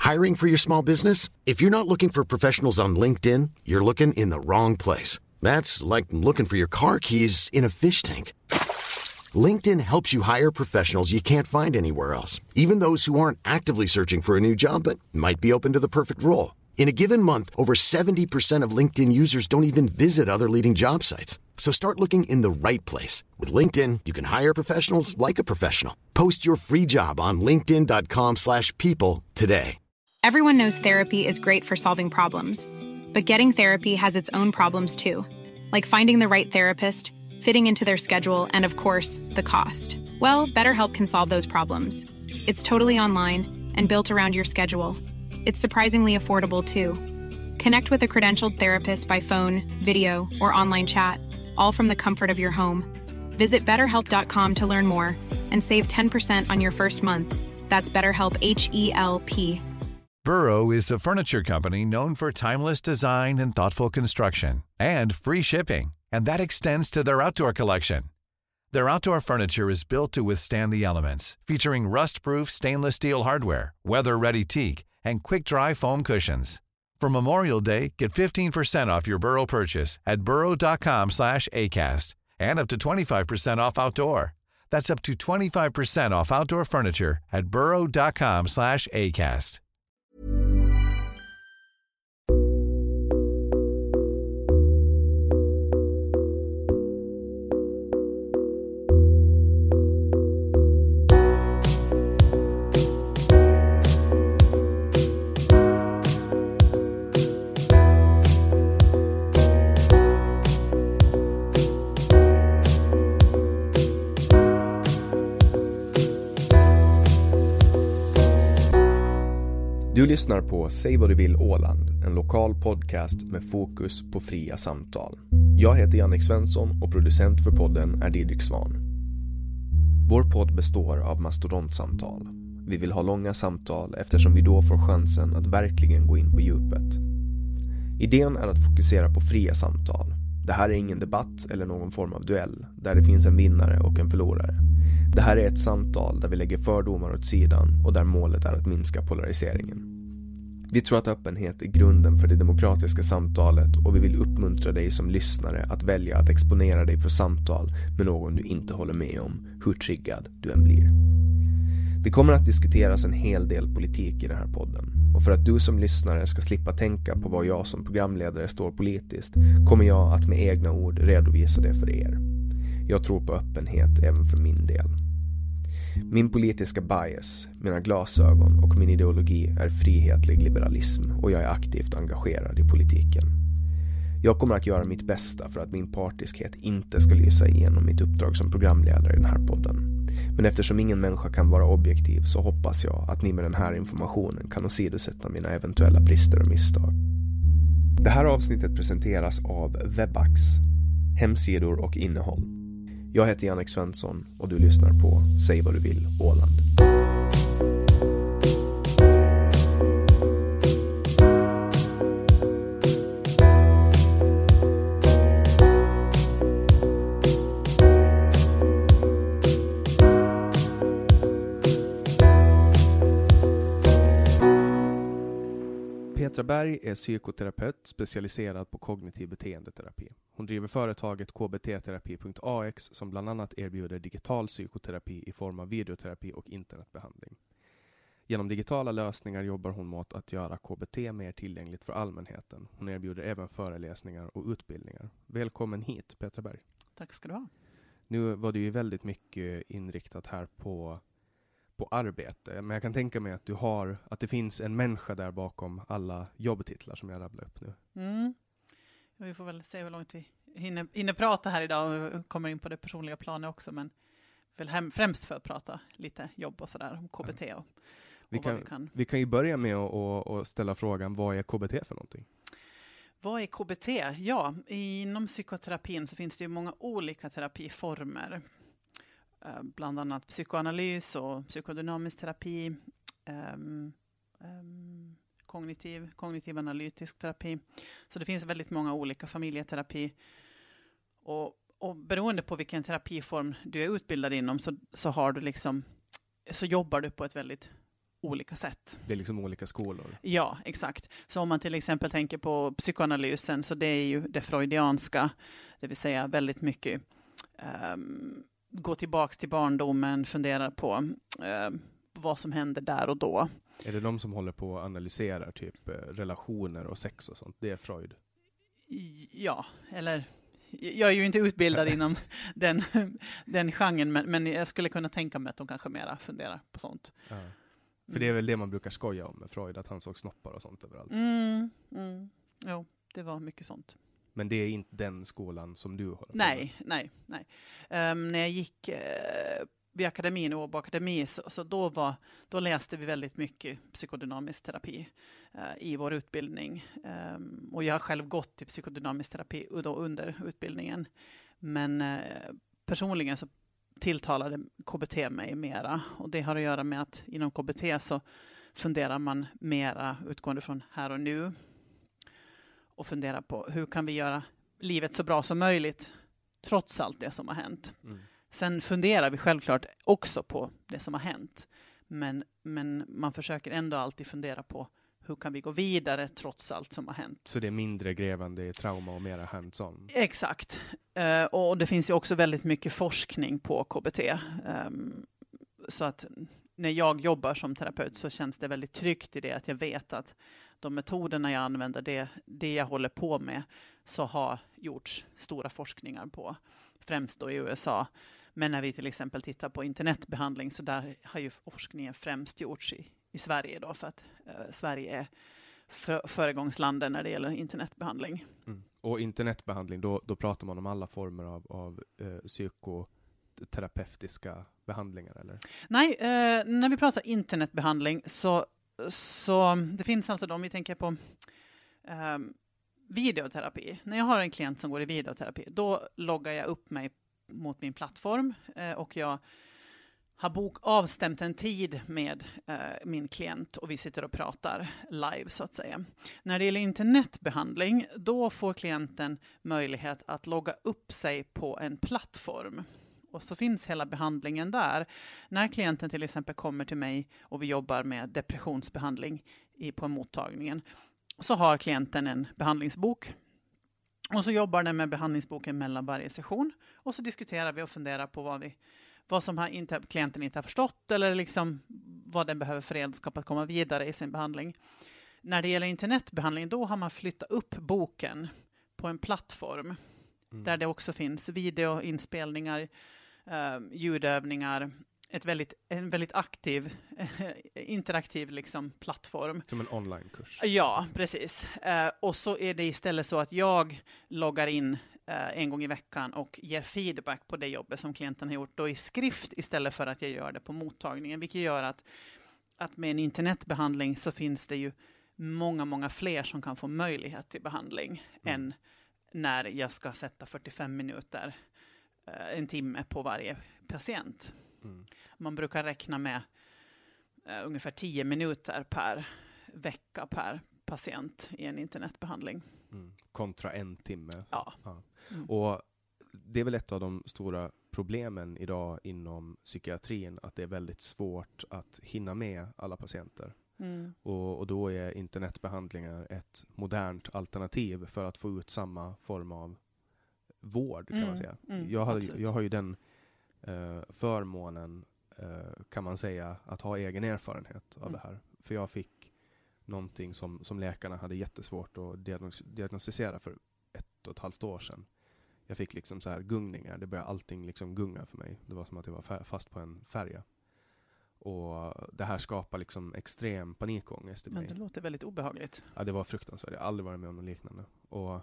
Hiring for your small business? If you're not looking for professionals on LinkedIn, you're looking in the wrong place. That's like looking for your car keys in a fish tank. LinkedIn helps you hire professionals you can't find anywhere else, even those who aren't actively searching for a new job but might be open to the perfect role. In a given month, over 70% of LinkedIn users don't even visit other leading job sites. So start looking in the right place. With LinkedIn, you can hire professionals like a professional. Post your free job on linkedin.com/people today. Everyone knows therapy is great for solving problems. But getting therapy has its own problems too. Like finding the right therapist, fitting into their schedule, and of course, the cost. Well, BetterHelp can solve those problems. It's totally online and built around your schedule. It's surprisingly affordable too. Connect with a credentialed therapist by phone, video, or online chat, all from the comfort of your home. Visit BetterHelp.com to learn more and save 10% on your first month. That's BetterHelp, H-E-L-P. Burrow is a furniture company known for timeless design and thoughtful construction, and free shipping, and that extends to their outdoor collection. Their outdoor furniture is built to withstand the elements, featuring rust-proof stainless steel hardware, weather-ready teak, and quick-dry foam cushions. For Memorial Day, get 15% off your Burrow purchase at burrow.com/acast, and up to 25% off outdoor. That's up to 25% off outdoor furniture at burrow.com/acast. Du lyssnar på Säg vad du vill Åland, en lokal podcast med fokus på fria samtal. Jag heter Jannik Svensson och producent för podden är Didrik Svan. Vår podd består av mastodontsamtal. Vi vill ha långa samtal eftersom vi då får chansen att verkligen gå in på djupet. Idén är att fokusera på fria samtal. Det här är ingen debatt eller någon form av duell där det finns en vinnare och en förlorare. Det här är ett samtal där vi lägger fördomar åt sidan och där målet är att minska polariseringen. Vi tror att öppenhet är grunden för det demokratiska samtalet och vi vill uppmuntra dig som lyssnare att välja att exponera dig för samtal med någon du inte håller med om, hur triggad du än blir. Det kommer att diskuteras en hel del politik i den här podden. Och för att du som lyssnare ska slippa tänka på vad jag som programledare står politiskt kommer jag att med egna ord redovisa det för er. Jag tror på öppenhet även för min del. Min politiska bias, mina glasögon och min ideologi är frihetlig liberalism och jag är aktivt engagerad i politiken. Jag kommer att göra mitt bästa för att min partiskhet inte ska lysa igenom mitt uppdrag som programledare i den här podden. Men eftersom ingen människa kan vara objektiv så hoppas jag att ni med den här informationen kan åsidosätta mina eventuella brister och misstag. Det här avsnittet presenteras av Webax, hemsidor och innehåll. Jag heter Jannik Svensson och du lyssnar på Säg vad du vill Åland. Petra Berg är psykoterapeut specialiserad på kognitiv beteendeterapi. Hon driver företaget kbtterapi.ax som bland annat erbjuder digital psykoterapi i form av videoterapi och internetbehandling. Genom digitala lösningar jobbar hon mot att göra KBT mer tillgängligt för allmänheten. Hon erbjuder även föreläsningar och utbildningar. Välkommen hit, Petra Berg. Tack ska du ha. Nu var det ju väldigt mycket inriktat här på arbete. Men jag kan tänka mig att det finns en människa där bakom alla jobbtitlar som jag rabblar upp nu. Vi får väl se hur långt vi hinner prata här idag. Vi kommer in på det personliga planet också. Men väl främst för att prata lite jobb och sådär om KBT. Vi kan ju börja med att ställa frågan, vad är KBT för någonting? Vad är KBT? Ja, inom psykoterapin så finns det ju många olika terapiformer. Bland annat psykoanalys och psykodynamisk terapi, kognitiv analytisk terapi. Så det finns väldigt många olika familjeterapi. Och beroende på vilken terapiform du är utbildad inom så har du så jobbar du på ett väldigt olika sätt. Det är liksom olika skolor. Ja, exakt. Så om man till exempel tänker på psykoanalysen, så det är ju det freudianska, det vill säga väldigt mycket gå tillbaka till barndomen, fundera på vad som händer där och då. Är det de som håller på och analyserar typ relationer och sex och sånt? Det är Freud? Ja, eller jag är ju inte utbildad inom den genren, men jag skulle kunna tänka mig att de kanske mera funderar på sånt. Ja. För det är väl det man brukar skoja om med Freud, att han såg snoppar och sånt överallt. Jo, det var mycket sånt. Men det är inte den skolan som du håller på med? Nej. När jag gick vid akademin, Åbo akademi, så då läste vi väldigt mycket psykodynamisk terapi i vår utbildning. Och jag har själv gått till psykodynamisk terapi under utbildningen. Men personligen så tilltalade KBT mig mera. Och det har att göra med att inom KBT så funderar man mera utgående från här och nu. Och funderar på hur kan vi göra livet så bra som möjligt trots allt det som har hänt. Sen funderar vi självklart också på det som har hänt. Men man försöker ändå alltid fundera på hur kan vi gå vidare trots allt som har hänt. Så det är mindre grävande trauma och mera hands-on? Exakt. Och det finns ju också väldigt mycket forskning på KBT. Så att när jag jobbar som terapeut så känns det väldigt tryggt i det att jag vet att de metoderna jag använder, det jag håller på med, så har gjorts stora forskningar på. Främst då i USA. Men när vi till exempel tittar på internetbehandling, så där har ju forskningen främst gjorts i Sverige då, för att Sverige är föregångslandet när det gäller internetbehandling. Och internetbehandling, då pratar man om alla former av psykoterapeutiska behandlingar, eller? Nej, när vi pratar internetbehandling så det finns alltså om vi tänker på videoterapi. När jag har en klient som går i videoterapi, då loggar jag upp mig mot min plattform och jag har avstämt en tid med min klient och vi sitter och pratar live så att säga. När det gäller internetbehandling, då får klienten möjlighet att logga upp sig på en plattform. Och så finns hela behandlingen där. När klienten till exempel kommer till mig och vi jobbar med depressionsbehandling på mottagningen, så har klienten en behandlingsbok. Och så jobbar den med behandlingsboken mellan varje session. Och så diskuterar vi och funderar på vad som klienten inte har förstått, eller liksom vad den behöver för redskap att komma vidare i sin behandling. När det gäller internetbehandling, då har man flyttat upp boken på en plattform. Där det också finns videoinspelningar, ljudövningar, en väldigt aktiv, interaktiv liksom plattform. Som en onlinekurs. Ja, precis. Och så är det istället så att jag loggar in en gång i veckan och ger feedback på det jobbet som klienten har gjort då i skrift, istället för att jag gör det på mottagningen. Vilket gör att med en internetbehandling så finns det ju många fler som kan få möjlighet till behandling än när jag ska sätta 45 minuter, en timme på varje patient. Man brukar räkna med ungefär 10 minuter per vecka per patient i en internetbehandling. Kontra en timme. Ja. Och det är väl ett av de stora problemen idag inom psykiatrin, att det är väldigt svårt att hinna med alla patienter. Och då är internetbehandlingar ett modernt alternativ för att få ut samma form av vård, kan man säga. Jag har ju den förmånen, kan man säga, att ha egen erfarenhet av det här. För jag fick någonting som läkarna hade jättesvårt att diagnostisera för 1,5 år sedan. Jag fick liksom så här gungningar. Det började allting liksom gunga för mig. Det var som att jag var fast på en färja. Och det här skapar liksom extrem panikångest i mig. Men det låter väldigt obehagligt. Ja, det var fruktansvärt. Jag har aldrig varit med om något liknande. Och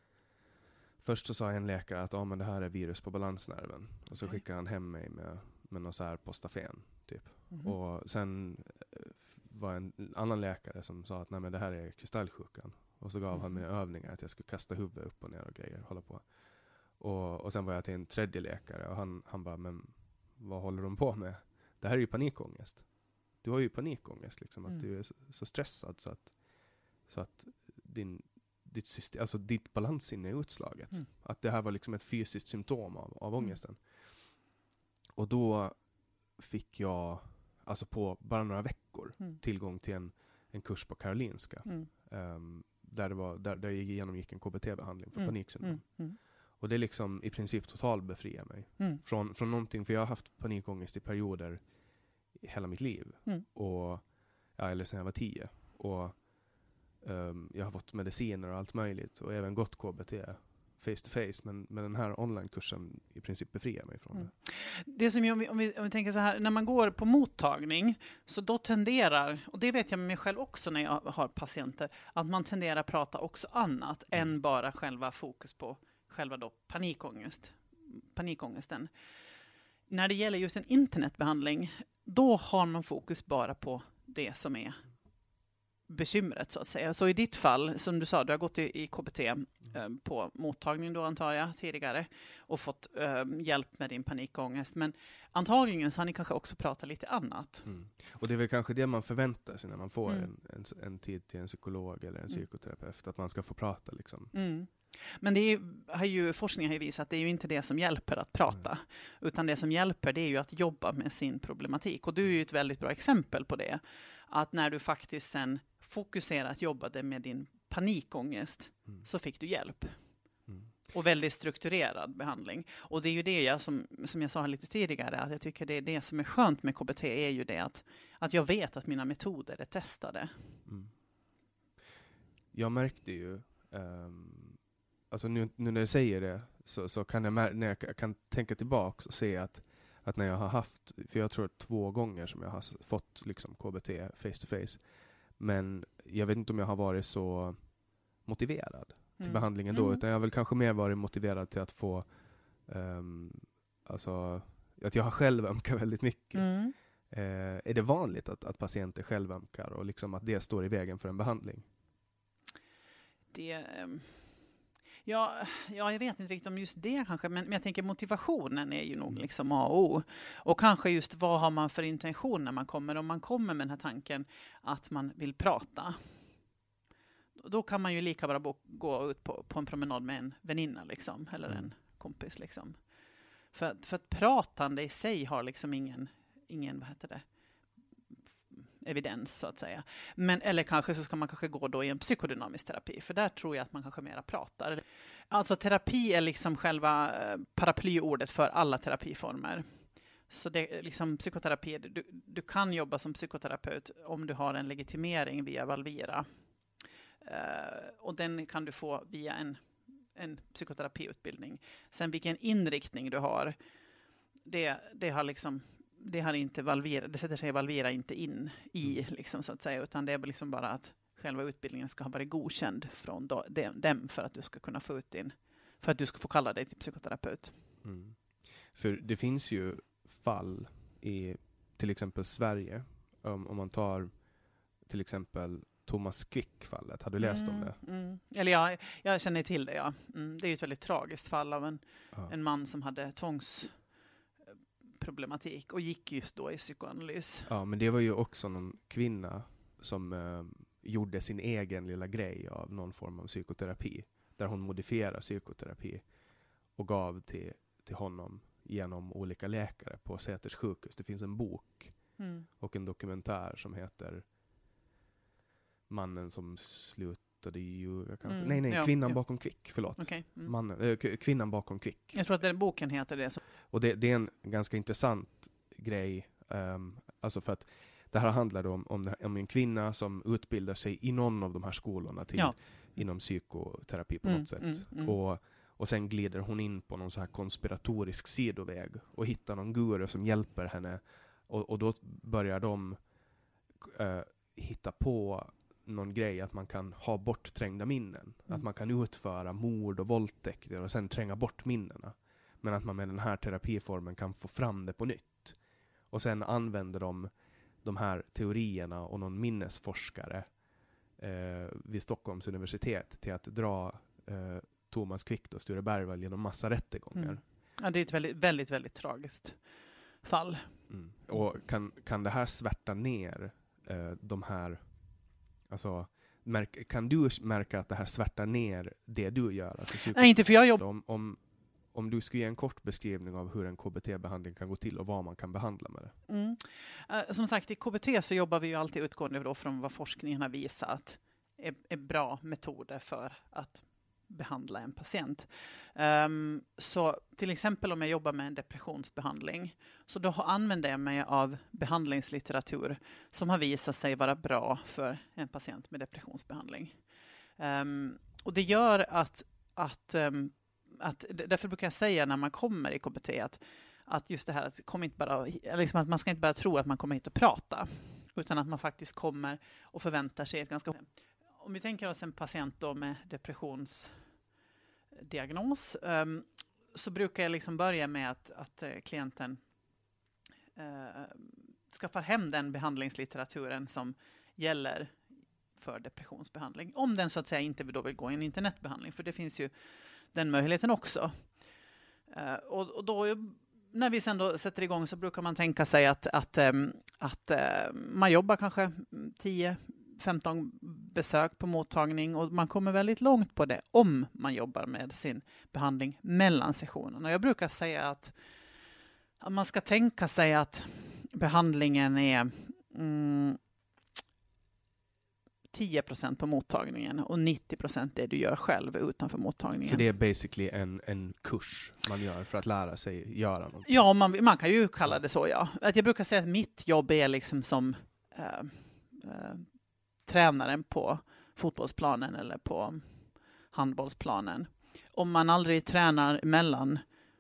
först så sa en läkare att men det här är virus på balansnerven. Och så skickade han hem mig med något så här postafen typ. Och sen var en annan läkare som sa att nej, men det här är kristallsjukan. Och så gav han mig övningar att jag skulle kasta huvudet upp och ner och grejer. Hålla på. Och sen var jag till en tredje läkare och han bara, men vad håller de på med? Det här är ju panikångest. Du har ju panikångest liksom, att du är så stressad så att ditt system, alltså ditt balanssinne är utslaget. Att det här var liksom ett fysiskt symptom av ångesten. Och då fick jag alltså på bara några veckor tillgång till en kurs på Karolinska. Där jag genomgick en KBT-behandling för paniksyndrom. Och det liksom i princip total befriar mig från någonting, för jag har haft panikångest i perioder i hela mitt liv. Eller sedan jag var 10. Och jag har fått mediciner och allt möjligt och även gått KBT face to face, men den här online-kursen i princip befriar mig från det. Det som om vi tänker så här, när man går på mottagning, så då tenderar, och det vet jag med mig själv också när jag har patienter, att man tenderar att prata också annat än bara själva fokus på själva då panikångesten. När det gäller just en internetbehandling, då har man fokus bara på det som är bekymret, så att säga. Så i ditt fall, som du sa, du har gått i KBT på mottagning då, antar jag, tidigare och fått hjälp med din panikångest. Men antagligen så har ni kanske också pratat lite annat. Och det är väl kanske det man förväntar sig när man får en tid till en psykolog eller en psykoterapeut, att man ska få prata liksom. Men forskningen har ju visat att det är ju inte det som hjälper att prata, utan det som hjälper, det är ju att jobba med sin problematik. Och du är ju ett väldigt bra exempel på det. Att när du faktiskt sen fokuserat jobbade med din panikångest så fick du hjälp. Och väldigt strukturerad behandling. Och det är ju det som jag sa lite tidigare, att jag tycker det är det som är skönt med KBT, är ju det att jag vet att mina metoder är testade. Jag märkte ju alltså nu när jag säger det så kan när jag kan tänka tillbaka och se att när jag har haft, för jag tror 2 gånger som jag har fått liksom KBT face to face, men jag vet inte om jag har varit så motiverad till behandlingen då, utan jag har väl kanske mer varit motiverad till att få alltså att jag har självömkat väldigt mycket. Är det vanligt att patienter självömkar och liksom att det står i vägen för en behandling? Ja, jag vet inte riktigt om just det kanske, men jag tänker motivationen är ju nog liksom A och O. Och kanske just vad har man för intention när man kommer. Om man kommer med den här tanken att man vill prata, då kan man ju lika bara gå ut på en promenad med en väninna liksom, eller en kompis liksom. För att pratande i sig har liksom ingen vad heter det, evidens, så att säga. Eller kanske så ska man kanske gå då i en psykodynamisk terapi, för där tror jag att man kanske mera pratar. Alltså terapi är liksom själva paraplyordet för alla terapiformer. Så det är liksom psykoterapi, du kan jobba som psykoterapeut om du har en legitimering via Valvira. Och den kan du få via en psykoterapiutbildning. Sen vilken inriktning du har, det har liksom, det har inte Valvira, det sätter sig Valvira inte in i liksom, så att säga, utan det är liksom bara att själva utbildningen ska ha varit godkänd från dem för att du ska kunna få ut för att du ska få kalla dig till psykoterapeut. För det finns ju fall i till exempel Sverige, om man tar till exempel Thomas Quick-fallet. Har du läst om det? Eller jag känner till det, ja. Det är ju ett väldigt tragiskt fall av en man som hade tvångsproblematik och gick just då i psykoanalys. Ja, men det var ju också någon kvinna som gjorde sin egen lilla grej av någon form av psykoterapi. Där hon modifierade psykoterapi och gav till honom genom olika läkare på Säters sjukhus. Det finns en bok och en dokumentär som heter Mannen som slutade ljuga kanske. Nej, Kvinnan bakom Quick, förlåt. Okay. Kvinnan bakom Quick. Jag tror att den boken heter det. Och det är en ganska intressant grej. Alltså för att det här handlar om en kvinna som utbildar sig i någon av de här skolorna inom psykoterapi på något sätt. Och sen glider hon in på någon så här konspiratorisk sidoväg och hittar någon guru som hjälper henne. Och då börjar de hitta på någon grej att man kan ha bortträngda minnen. Att man kan utföra mord och våldtäkter och sen tränga bort minnena. Men att man med den här terapiformen kan få fram det på nytt. Och sen använder de här teorierna och någon minnesforskare vid Stockholms universitet till att dra Thomas Quick och Sture Bergvall genom massa rättegångar. Ja, det är ett väldigt, väldigt, väldigt tragiskt fall. Och kan det här svärta ner de här, alltså kan du märka att det här svärtar ner det du gör? Alltså nej, inte för jag jobbar. Om du skulle ge en kort beskrivning av hur en KBT-behandling kan gå till och vad man kan behandla med det. Som sagt, i KBT så jobbar vi ju alltid utgående då från vad forskningen har visat är bra metoder för att behandla en patient. Så till exempel om jag jobbar med en depressionsbehandling, så då använder jag mig av behandlingslitteratur som har visat sig vara bra för en patient med depressionsbehandling. Och det gör att därför brukar jag säga när man kommer i KBT att just det här att man ska inte bara tro att man kommer hit och prata, utan att man faktiskt kommer och förväntar sig ett ganska... Om vi tänker oss en patient då med depressionsdiagnos, så brukar jag liksom börja med att klienten skaffar hem den behandlingslitteraturen som gäller för depressionsbehandling. Om den så att säga inte då vill gå en internetbehandling, för det finns ju den möjligheten också. Och då när vi sen då sätter igång så brukar man tänka sig att man jobbar kanske 10-15 besök på mottagning, och man kommer väldigt långt på det om man jobbar med sin behandling mellan sessionerna. Jag brukar säga att man ska tänka sig att behandlingen är 10% på mottagningen och 90% det du gör själv utanför mottagningen. Så det är basically en kurs man gör för att lära sig göra något? Ja, man kan ju kalla det så, ja. Att jag brukar säga att mitt jobb är liksom som tränaren på fotbollsplanen eller på handbollsplanen. Om man aldrig tränar mellan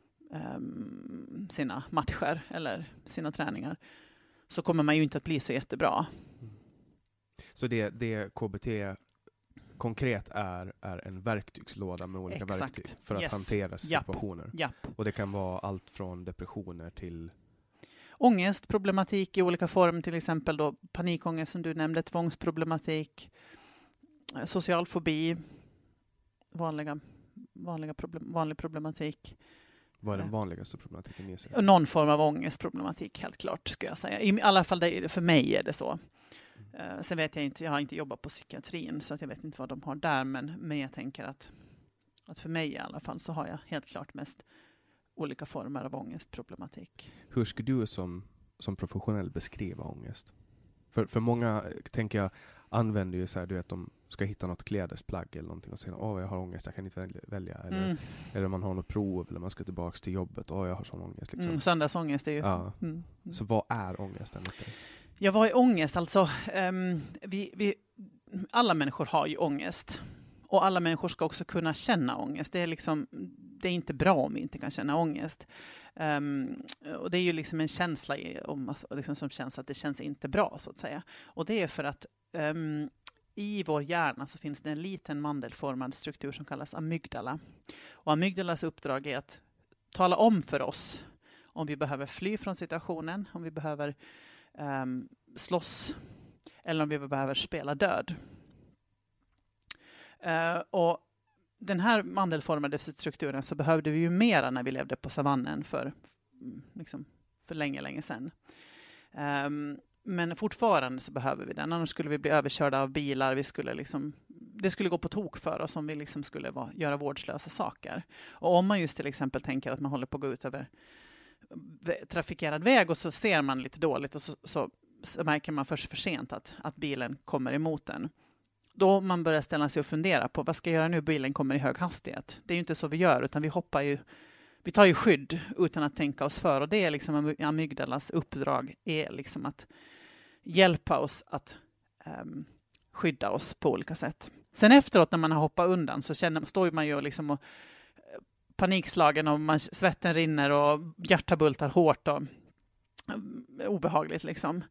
sina matcher eller sina träningar, så kommer man ju inte att bli så jättebra. Så det KBT konkret är en verktygslåda med olika verktyg för att hantera situationer. Japp. Och det kan vara allt från depressioner till ångestproblematik i olika form, till exempel då panikångest som du nämnde, tvångsproblematik, social fobi, vanlig problematik. Vad är den vanligaste problematiken ni ser? Någon form av ångestproblematik, helt klart, skulle jag säga. I alla fall för mig är det så. Sen vet jag inte, jag har inte jobbat på psykiatrin, så att jag vet inte vad de har där, men jag tänker att för mig i alla fall så har jag helt klart mest olika former av ångestproblematik. Hur skulle du som professionell beskriva ångest? För många, tänker jag, använder ju så här, du vet, de ska hitta något klädesplagg eller någonting och säga, jag har ångest, jag kan inte välja. Eller man har något prov, eller man ska tillbaka till jobbet, jag har sån ångest. Liksom. Söndagsångest är ju... Ja. Så vad är ångesten? Ja, vad är ångest? Alltså, alla människor har ju ångest. Och alla människor ska också kunna känna ångest. Det är inte bra om vi inte kan känna ångest. Och det är ju liksom en känsla som känns att det känns inte bra, så att säga. Och det är för att i vår hjärna så finns det en liten mandelformad struktur som kallas amygdala. Och amygdalas uppdrag är att tala om för oss om vi behöver fly från situationen, om vi behöver slåss eller om vi behöver spela död. Och den här mandelformade strukturen så behövde vi ju mera när vi levde på savannen för länge sedan. Men fortfarande så behöver vi den, annars skulle vi bli överkörda av bilar. Det skulle gå på tok för oss om vi skulle göra vårdslösa saker. Och om man just till exempel tänker att man håller på att gå ut över trafikerad väg och så ser man lite dåligt och så märker man först för sent att bilen kommer emot den. Då man börjar ställa sig och fundera på vad ska jag göra nu, bilen kommer i hög hastighet. Det är ju inte så vi gör, utan vi tar ju skydd utan att tänka oss för. Och det är liksom amygdalas uppdrag är liksom att hjälpa oss att skydda oss på olika sätt. Sen efteråt när man har hoppat undan så står man ju liksom och panikslagen och svetten rinner och hjärtat bultar hårt och obehagligt liksom.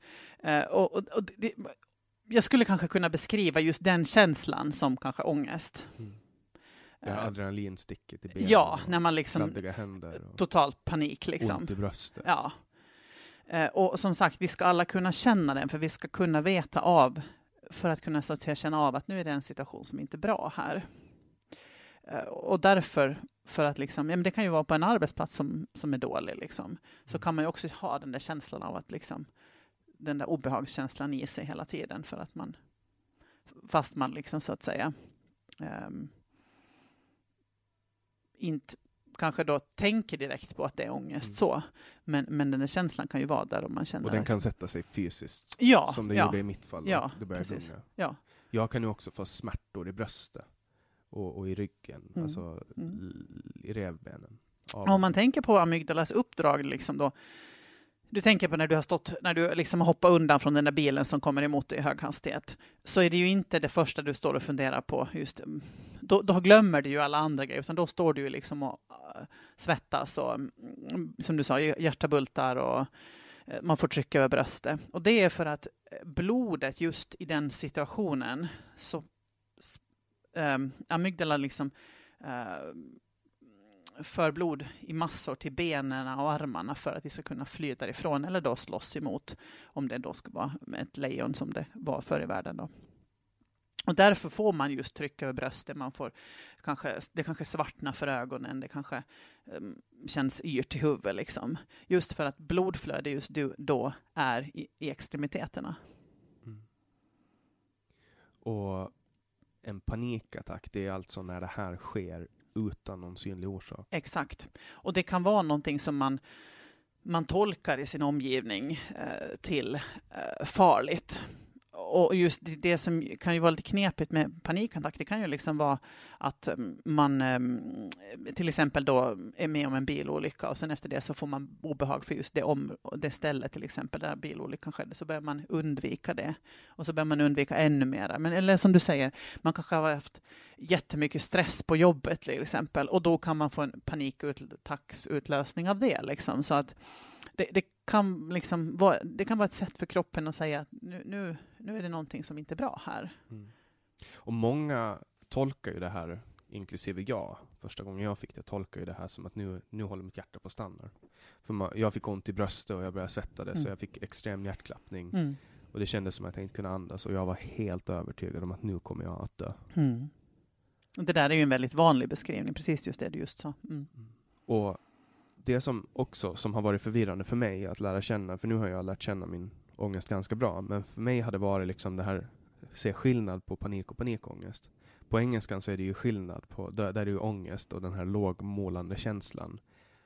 Jag skulle kanske kunna beskriva just den känslan som kanske ångest. Det här adrenalinsticket i benen. Ja, när man liksom händer och totalt panik liksom. Ont i bröstet. Ja. Och som sagt, vi ska alla kunna känna den, för vi ska kunna veta av, för att kunna så att säga känna av att nu är det en situation som inte är bra här. Och därför, för att liksom, det kan ju vara på en arbetsplats som är dålig liksom, så kan man ju också ha den där känslan av att liksom, den där obehagskänslan i sig hela tiden, för att fast man liksom så att säga inte kanske då tänker direkt på att det är ångest så. Men den här känslan kan ju vara där om man känner. Och den kan sätta sig fysiskt. Ja, som det gjorde i mitt fall. Ja, det börjar precis. gunga. Ja. Jag kan ju också få smärtor i bröstet. Och i ryggen. Alltså i revbenen. Om man tänker på amygdalas uppdrag liksom då. Du tänker på när du liksom hoppar undan från den där bilen som kommer emot dig i hög hastighet. Så är det ju inte det första du står och funderar på. Just, då glömmer du ju alla andra grejer. Utan då står du ju liksom och svettas och som du sa, hjärtabultar och man får trycka över bröstet. Och det är för att blodet just i den situationen så amygdala liksom för blod i massor till benen och armarna för att vi ska kunna fly därifrån eller då slåss emot om det då ska vara med ett lejon som det var förr i världen då. Och därför får man just tryck över bröstet, man får det kanske svartnar för ögonen, det kanske känns yrt i huvudet liksom. Just för att blodflöde just då är i extremiteterna. Och en panikattack, det är alltså när det här sker utan någon synlig orsak. Exakt. Och det kan vara någonting som man tolkar i sin omgivning till farligt. Och just det som kan ju vara lite knepigt med panikattack, det kan ju liksom vara att man till exempel då är med om en bilolycka och sen efter det så får man obehag för just det stället till exempel där bilolyckan skedde, så börjar man undvika det och så börjar man undvika ännu mer. Men eller som du säger, man kanske har haft jättemycket stress på jobbet till exempel och då kan man få en panikutlösning av det liksom, så att det kan liksom vara ett sätt för kroppen att säga att nu är det någonting som inte är bra här. Och många tolkar ju det här, inklusive jag, första gången jag fick det, tolkar ju det här som att nu håller mitt hjärta på att stanna. För jag fick ont i bröstet och jag började svettades så jag fick extrem hjärtklappning. Och det kändes som att jag inte kunde andas och jag var helt övertygad om att nu kommer jag att dö. Det där är ju en väldigt vanlig beskrivning, precis just det du just sa. Och det som har varit förvirrande för mig att lära känna, för nu har jag lärt känna min ångest ganska bra, men för mig hade varit liksom det här, se skillnad på panik och panikångest. På engelskan så är det ju skillnad på, där är det ju ångest och den här lågmålande känslan.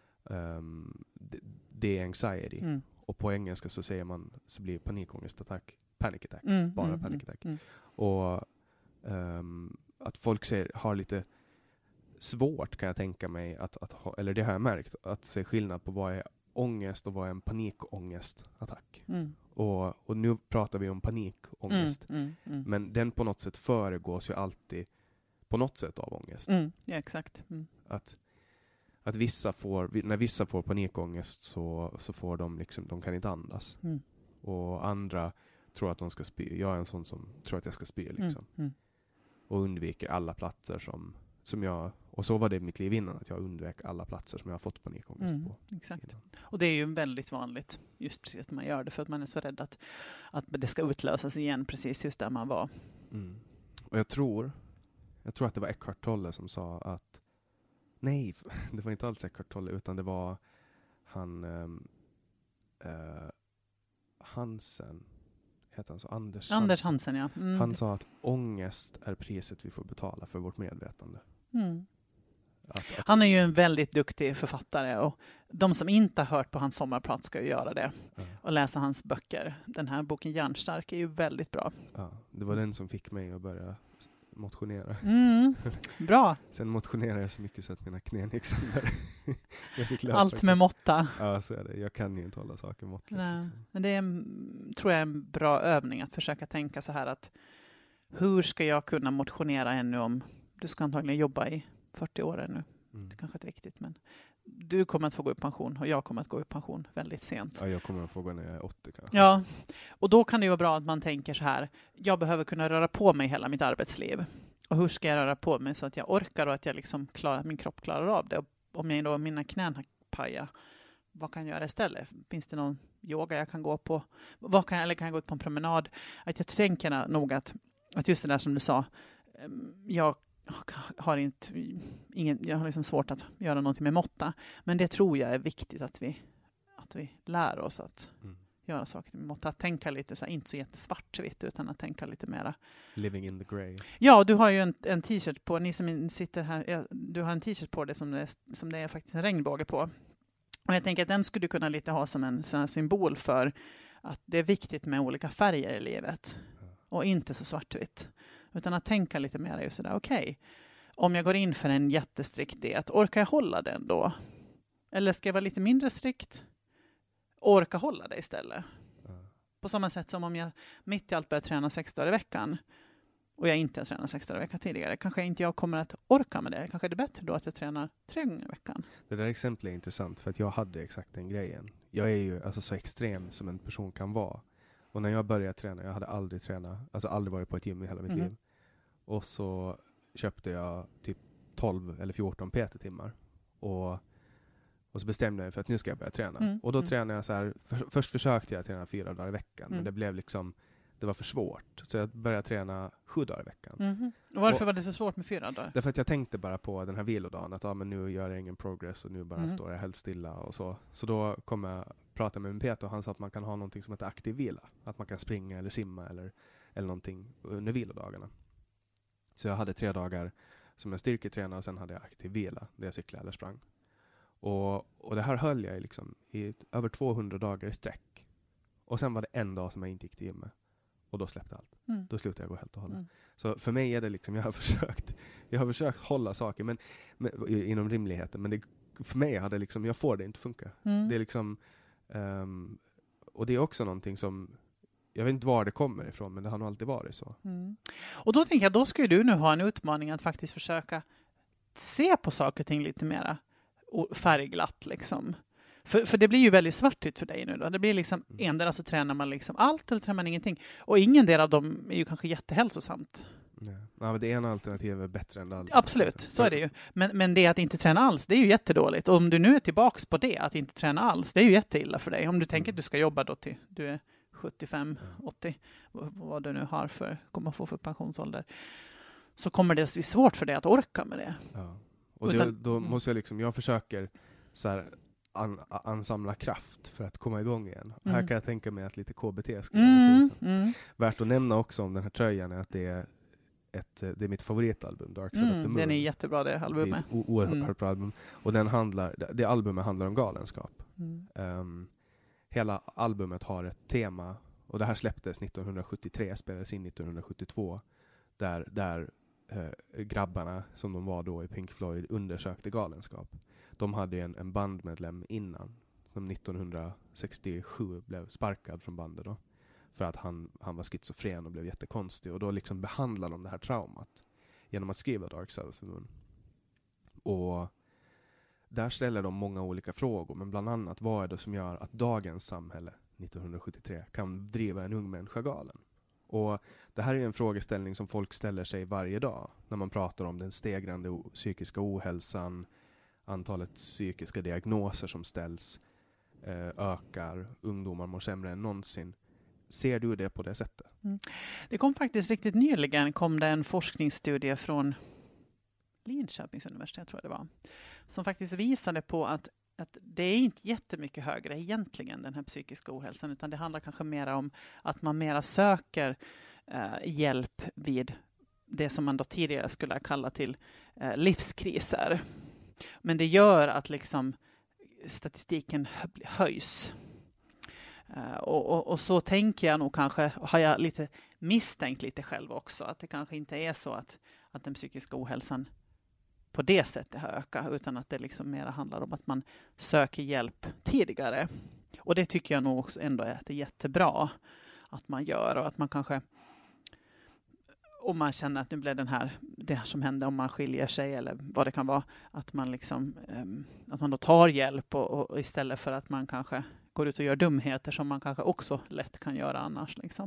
Det är anxiety. Och på engelska så blir panikångestattack panic attack. Bara panic attack. Och att folk har lite svårt, kan jag tänka mig, att ha, eller det har jag märkt, att se skillnad på vad är ångest och vad är en panikångestattack. Och nu pratar vi om panikångest. Men den på något sätt föregås ju alltid på något sätt av ångest. Ja, exakt. Att när vissa får panikångest så får de liksom, de kan inte andas. Och andra tror att de ska spy. Jag är en sån som tror att jag ska spy liksom. Och undviker alla platser som jag, och så var det i mitt liv innan, att jag undvek alla platser som jag har fått panikångest på. Exakt. Innan. Och det är ju väldigt vanligt just precis att man gör det för att man är så rädd att det ska utlösas igen precis just där man var. Och jag tror att det var Eckhart Tolle som sa att nej, det var inte alls Eckhart Tolle utan det var han Hansen, heter han så? Anders Hansen, ja. Han sa att ångest är priset vi får betala för vårt medvetande. Han är ju en väldigt duktig författare och de som inte har hört på hans sommarprat ska ju göra det och läsa hans böcker. Den här boken Hjärnstark är ju väldigt bra. Ja, det var den som fick mig att börja motionera. Bra. Sen motionerade jag så mycket så att mina knän gick sönder. Allt med måtta. Ja, så är det. Jag kan ju inte hålla saker måttligt. Liksom. Men det är, tror jag, en bra övning att försöka tänka så här att hur ska jag kunna motionera ännu om du ska antagligen jobba i 40 år ännu. Det kanske inte riktigt, men du kommer att få gå i pension och jag kommer att gå i pension väldigt sent. Ja, jag kommer att få gå när jag är 80 kanske. Ja, och då kan det ju vara bra att man tänker så här, jag behöver kunna röra på mig hela mitt arbetsliv. Och hur ska jag röra på mig så att jag orkar och att jag liksom min kropp klarar av det. Och om jag då mina knän har pajat, vad kan jag göra istället? Finns det någon yoga jag kan gå på? Eller kan jag gå ut på en promenad? Att jag tänker nog att just det där som du sa, jag har liksom svårt att göra någonting med måtta. Men det tror jag är viktigt att vi lär oss att göra saker med mått. Att tänka lite så här, inte så jättesvartvitt, utan att tänka lite mera. Living in the grey. Ja, du har ju en t-shirt på, ni som sitter här, du har en t-shirt på det som det är faktiskt en regnbåge på. Och jag tänker att den skulle kunna lite ha som en sån här symbol för att det är viktigt med olika färger i livet. Och inte så svartvitt. Utan att tänka lite mer just sådär, okej. Om jag går in för en jättestrikt diet, orkar jag hålla den då? Eller ska jag vara lite mindre strikt? Orka hålla det istället. På samma sätt som om jag mitt i allt börjar träna 6 dagar i veckan. Och jag inte har tränat 6 dagar i veckan tidigare. Kanske inte jag kommer att orka med det. Kanske är det bättre då att jag tränar 3 gånger i veckan. Det där exemplet är intressant för att jag hade exakt den grejen. Jag är ju alltså så extrem som en person kan vara. Och när jag började träna, jag hade aldrig tränat, alltså aldrig varit på ett gym i hela mitt liv. Och så köpte jag typ 12 eller 14 PT-timmar. Och så bestämde jag för att nu ska jag börja träna. Och då tränade jag så här, först försökte jag träna 4 dagar i veckan. Men det blev liksom, det var för svårt. Så jag började träna 7 dagar i veckan. Och varför var det så svårt med 4 dagar? Därför att jag tänkte bara på den här vilodagen. Att men nu gör jag ingen progress och nu bara står jag helt stilla och så. Så då kom jag prata med min PT och han sa att man kan ha någonting som heter aktiv vila. Att man kan springa eller simma eller någonting under vilodagarna. Så jag hade 3 dagar som jag styrketränade och sen hade jag aktiv vila. Där jag cyklade eller sprang. Och det här höll jag liksom i över 200 dagar i sträck. Och sen var det en dag som jag inte gick till gymmet. Och då släppte allt. Då slutade jag gå helt och hållet. Så för mig är det liksom, jag har försökt hålla saker men inom rimligheten. Men för mig hade liksom, jag får det inte funka. Det är liksom, och det är också någonting som, jag vet inte var det kommer ifrån, men det har nog alltid varit så. Och då tänker jag, då skulle du nu ha en utmaning att faktiskt försöka se på saker och ting lite mera färgglatt liksom. För det blir ju väldigt svartvitt för dig nu då. Det blir liksom, endera så tränar man liksom allt eller tränar man ingenting. Och ingen del av dem är ju kanske jättehälsosamt. Ja, men det ena alternativet är bättre än det andra. Absolut, så är det ju. Men det att inte träna alls, det är ju jättedåligt. Och om du nu är tillbaks på det, att inte träna alls, det är ju jätteilla för dig. Om du tänker att du ska jobba då till du är 75, 80, vad du nu har kommer få för pensionsålder, så kommer det bli svårt för dig att orka med det. Ja. Och då måste jag liksom, jag försöker så här ansamla kraft för att komma igång igen. Här kan jag tänka mig att lite KBT skulle värt att nämna också om den här tröjan är att det är mitt favoritalbum, Dark Side of the Moon. Den är jättebra, det albumet. Det är ett oerhört bra album. Och det albumet handlar om galenskap. Hela albumet har ett tema, och det här släpptes 1973, spelades in 1972, där grabbarna som de var då i Pink Floyd undersökte galenskap. De hade en bandmedlem innan som 1967 blev sparkad från bandet då, för att han var schizofren och blev jättekonstig, och då liksom behandlade de det här traumat genom att skriva Dark Side of the Moon. Och där ställer de många olika frågor, men bland annat vad är det som gör att dagens samhälle 1973 kan driva en ung människa galen? Och det här är en frågeställning som folk ställer sig varje dag när man pratar om den stegrande psykiska ohälsan, antalet psykiska diagnoser som ställs ökar, ungdomar mår sämre än någonsin. Ser du det på det sättet? Det kom faktiskt riktigt nyligen en forskningsstudie från Linköpings universitet, tror jag det var, som faktiskt visade på att det är inte jättemycket högre egentligen, den här psykiska ohälsan, utan det handlar kanske mer om att man mera söker hjälp vid det som man då tidigare skulle kalla till livskriser. Men det gör att liksom statistiken höjs. Och så tänker jag nog kanske, har jag lite misstänkt lite själv också, att det kanske inte är så att den psykiska ohälsan på det sättet har ökat, utan att det liksom mer handlar om att man söker hjälp tidigare. Och det tycker jag nog ändå är jättebra att man gör, och att man kanske, om man känner att nu blir det här som hände om man skiljer sig eller vad det kan vara, att man liksom att man då tar hjälp och istället för att man kanske går ut och gör dumheter som man kanske också lätt kan göra annars liksom.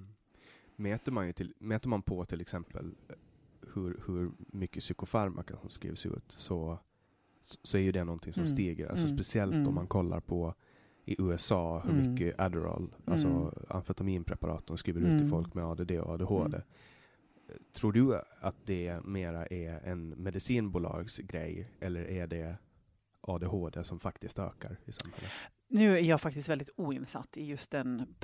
Mäter man på till exempel hur mycket psykofarmaka som skrivs ut, så är ju det någonting som stiger. Alltså speciellt om man kollar på i USA hur mycket Adderall, alltså amfetaminpreparat, de skriver ut till folk med ADD och ADHD. Tror du att det mera är en medicinbolags grej, eller är det ADHD som faktiskt ökar i samhället? Nu är jag faktiskt väldigt oinsatt i just den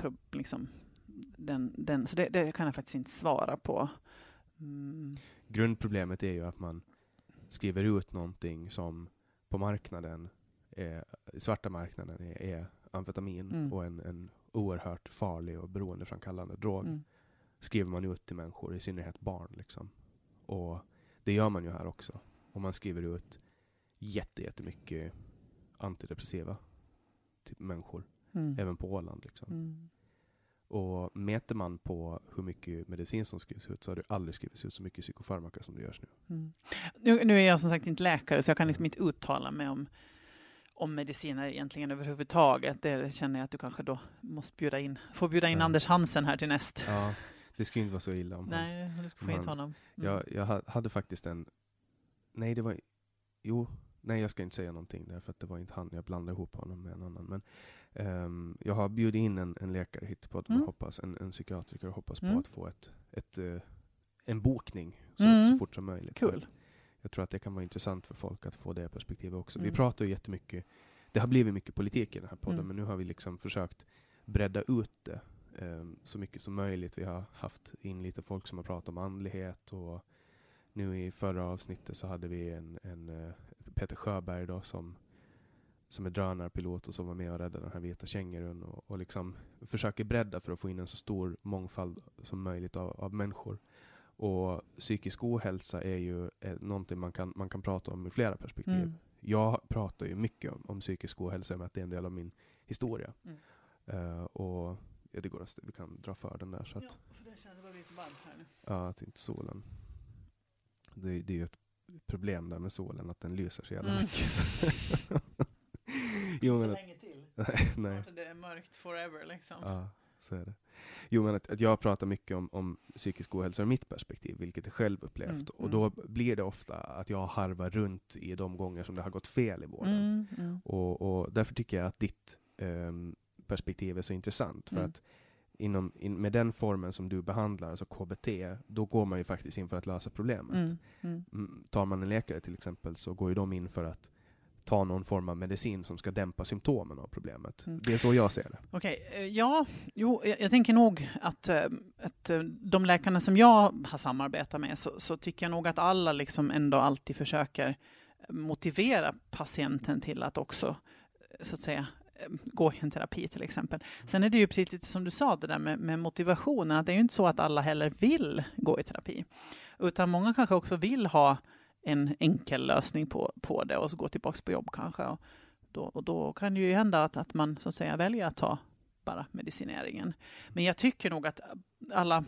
så det kan jag faktiskt inte svara på. Grundproblemet är ju att man skriver ut någonting som på marknaden, svarta marknaden är amfetamin och en oerhört farlig och beroendeframkallande drog. Skriver man ut till människor, i synnerhet barn liksom. Och det gör man ju här också. Och man skriver ut jättemycket antidepressiva till människor. Även på Åland liksom. Och mäter man på hur mycket medicin som skrivs ut, så har det aldrig skrivits ut så mycket psykofarmaka som det görs nu. Nu är jag som sagt inte läkare, så jag kan liksom inte uttala mig om mediciner egentligen överhuvudtaget. Det känner jag att du kanske då måste bjuda in Anders Hansen här till näst. Ja, det skulle inte vara så illa om nej, du skulle få hit honom. Jag hade faktiskt jag ska inte säga någonting där, för att det var inte han. Jag blandade ihop honom med en annan. Men jag har bjudit in en läkare hit på och hoppas, en psykiatriker, och hoppas på att få en bokning så fort som möjligt. Kul. Jag tror att det kan vara intressant för folk att få det perspektivet också. Vi pratar ju jättemycket, det har blivit mycket politik i den här podden, men nu har vi liksom försökt bredda ut det så mycket som möjligt. Vi har haft in lite folk som har pratat om andlighet, och nu i förra avsnittet så hade vi en Peter Sjöberg då, som är drönarpilot och som var med och räddade den här vita kängurun, och liksom försöker bredda för att få in en så stor mångfald som möjligt av människor. Och psykisk ohälsa är ju någonting man kan prata om i flera perspektiv. Jag pratar ju mycket om psykisk ohälsa, med att det är en del av min historia. Och det går att vi kan dra för den där. Så att, för det känns bara lite varmt här nu. Ja, att inte solen. Det är ju ett problem där med solen, att den lyser så jävla mycket. Jo, men så länge till. Nej. Det är mörkt forever liksom. Ja, så är det. Jo, men att jag pratar mycket om psykisk ohälsa ur mitt perspektiv, vilket är själv upplevt. Och då blir det ofta att jag harvar runt i de gånger som det har gått fel i vården. Och därför tycker jag att ditt perspektiv är så intressant. För att med den formen som du behandlar, alltså KBT, då går man ju faktiskt in för att lösa problemet. Tar man en läkare till exempel, så går ju de in för att ta någon form av medicin som ska dämpa symptomen av problemet. Det är så jag ser det. Okej, jag tänker nog att de läkarna som jag har samarbetat med, så tycker jag nog att alla liksom ändå alltid försöker motivera patienten till att också, så att säga, gå i en terapi till exempel. Sen är det ju precis lite som du sa, det där med motivationen, att det är ju inte så att alla heller vill gå i terapi, utan många kanske också vill ha en enkel lösning på det och så gå tillbaka på jobb kanske. Och då kan det ju hända att man, så att säga, väljer att ta bara medicineringen. Men jag tycker nog att alla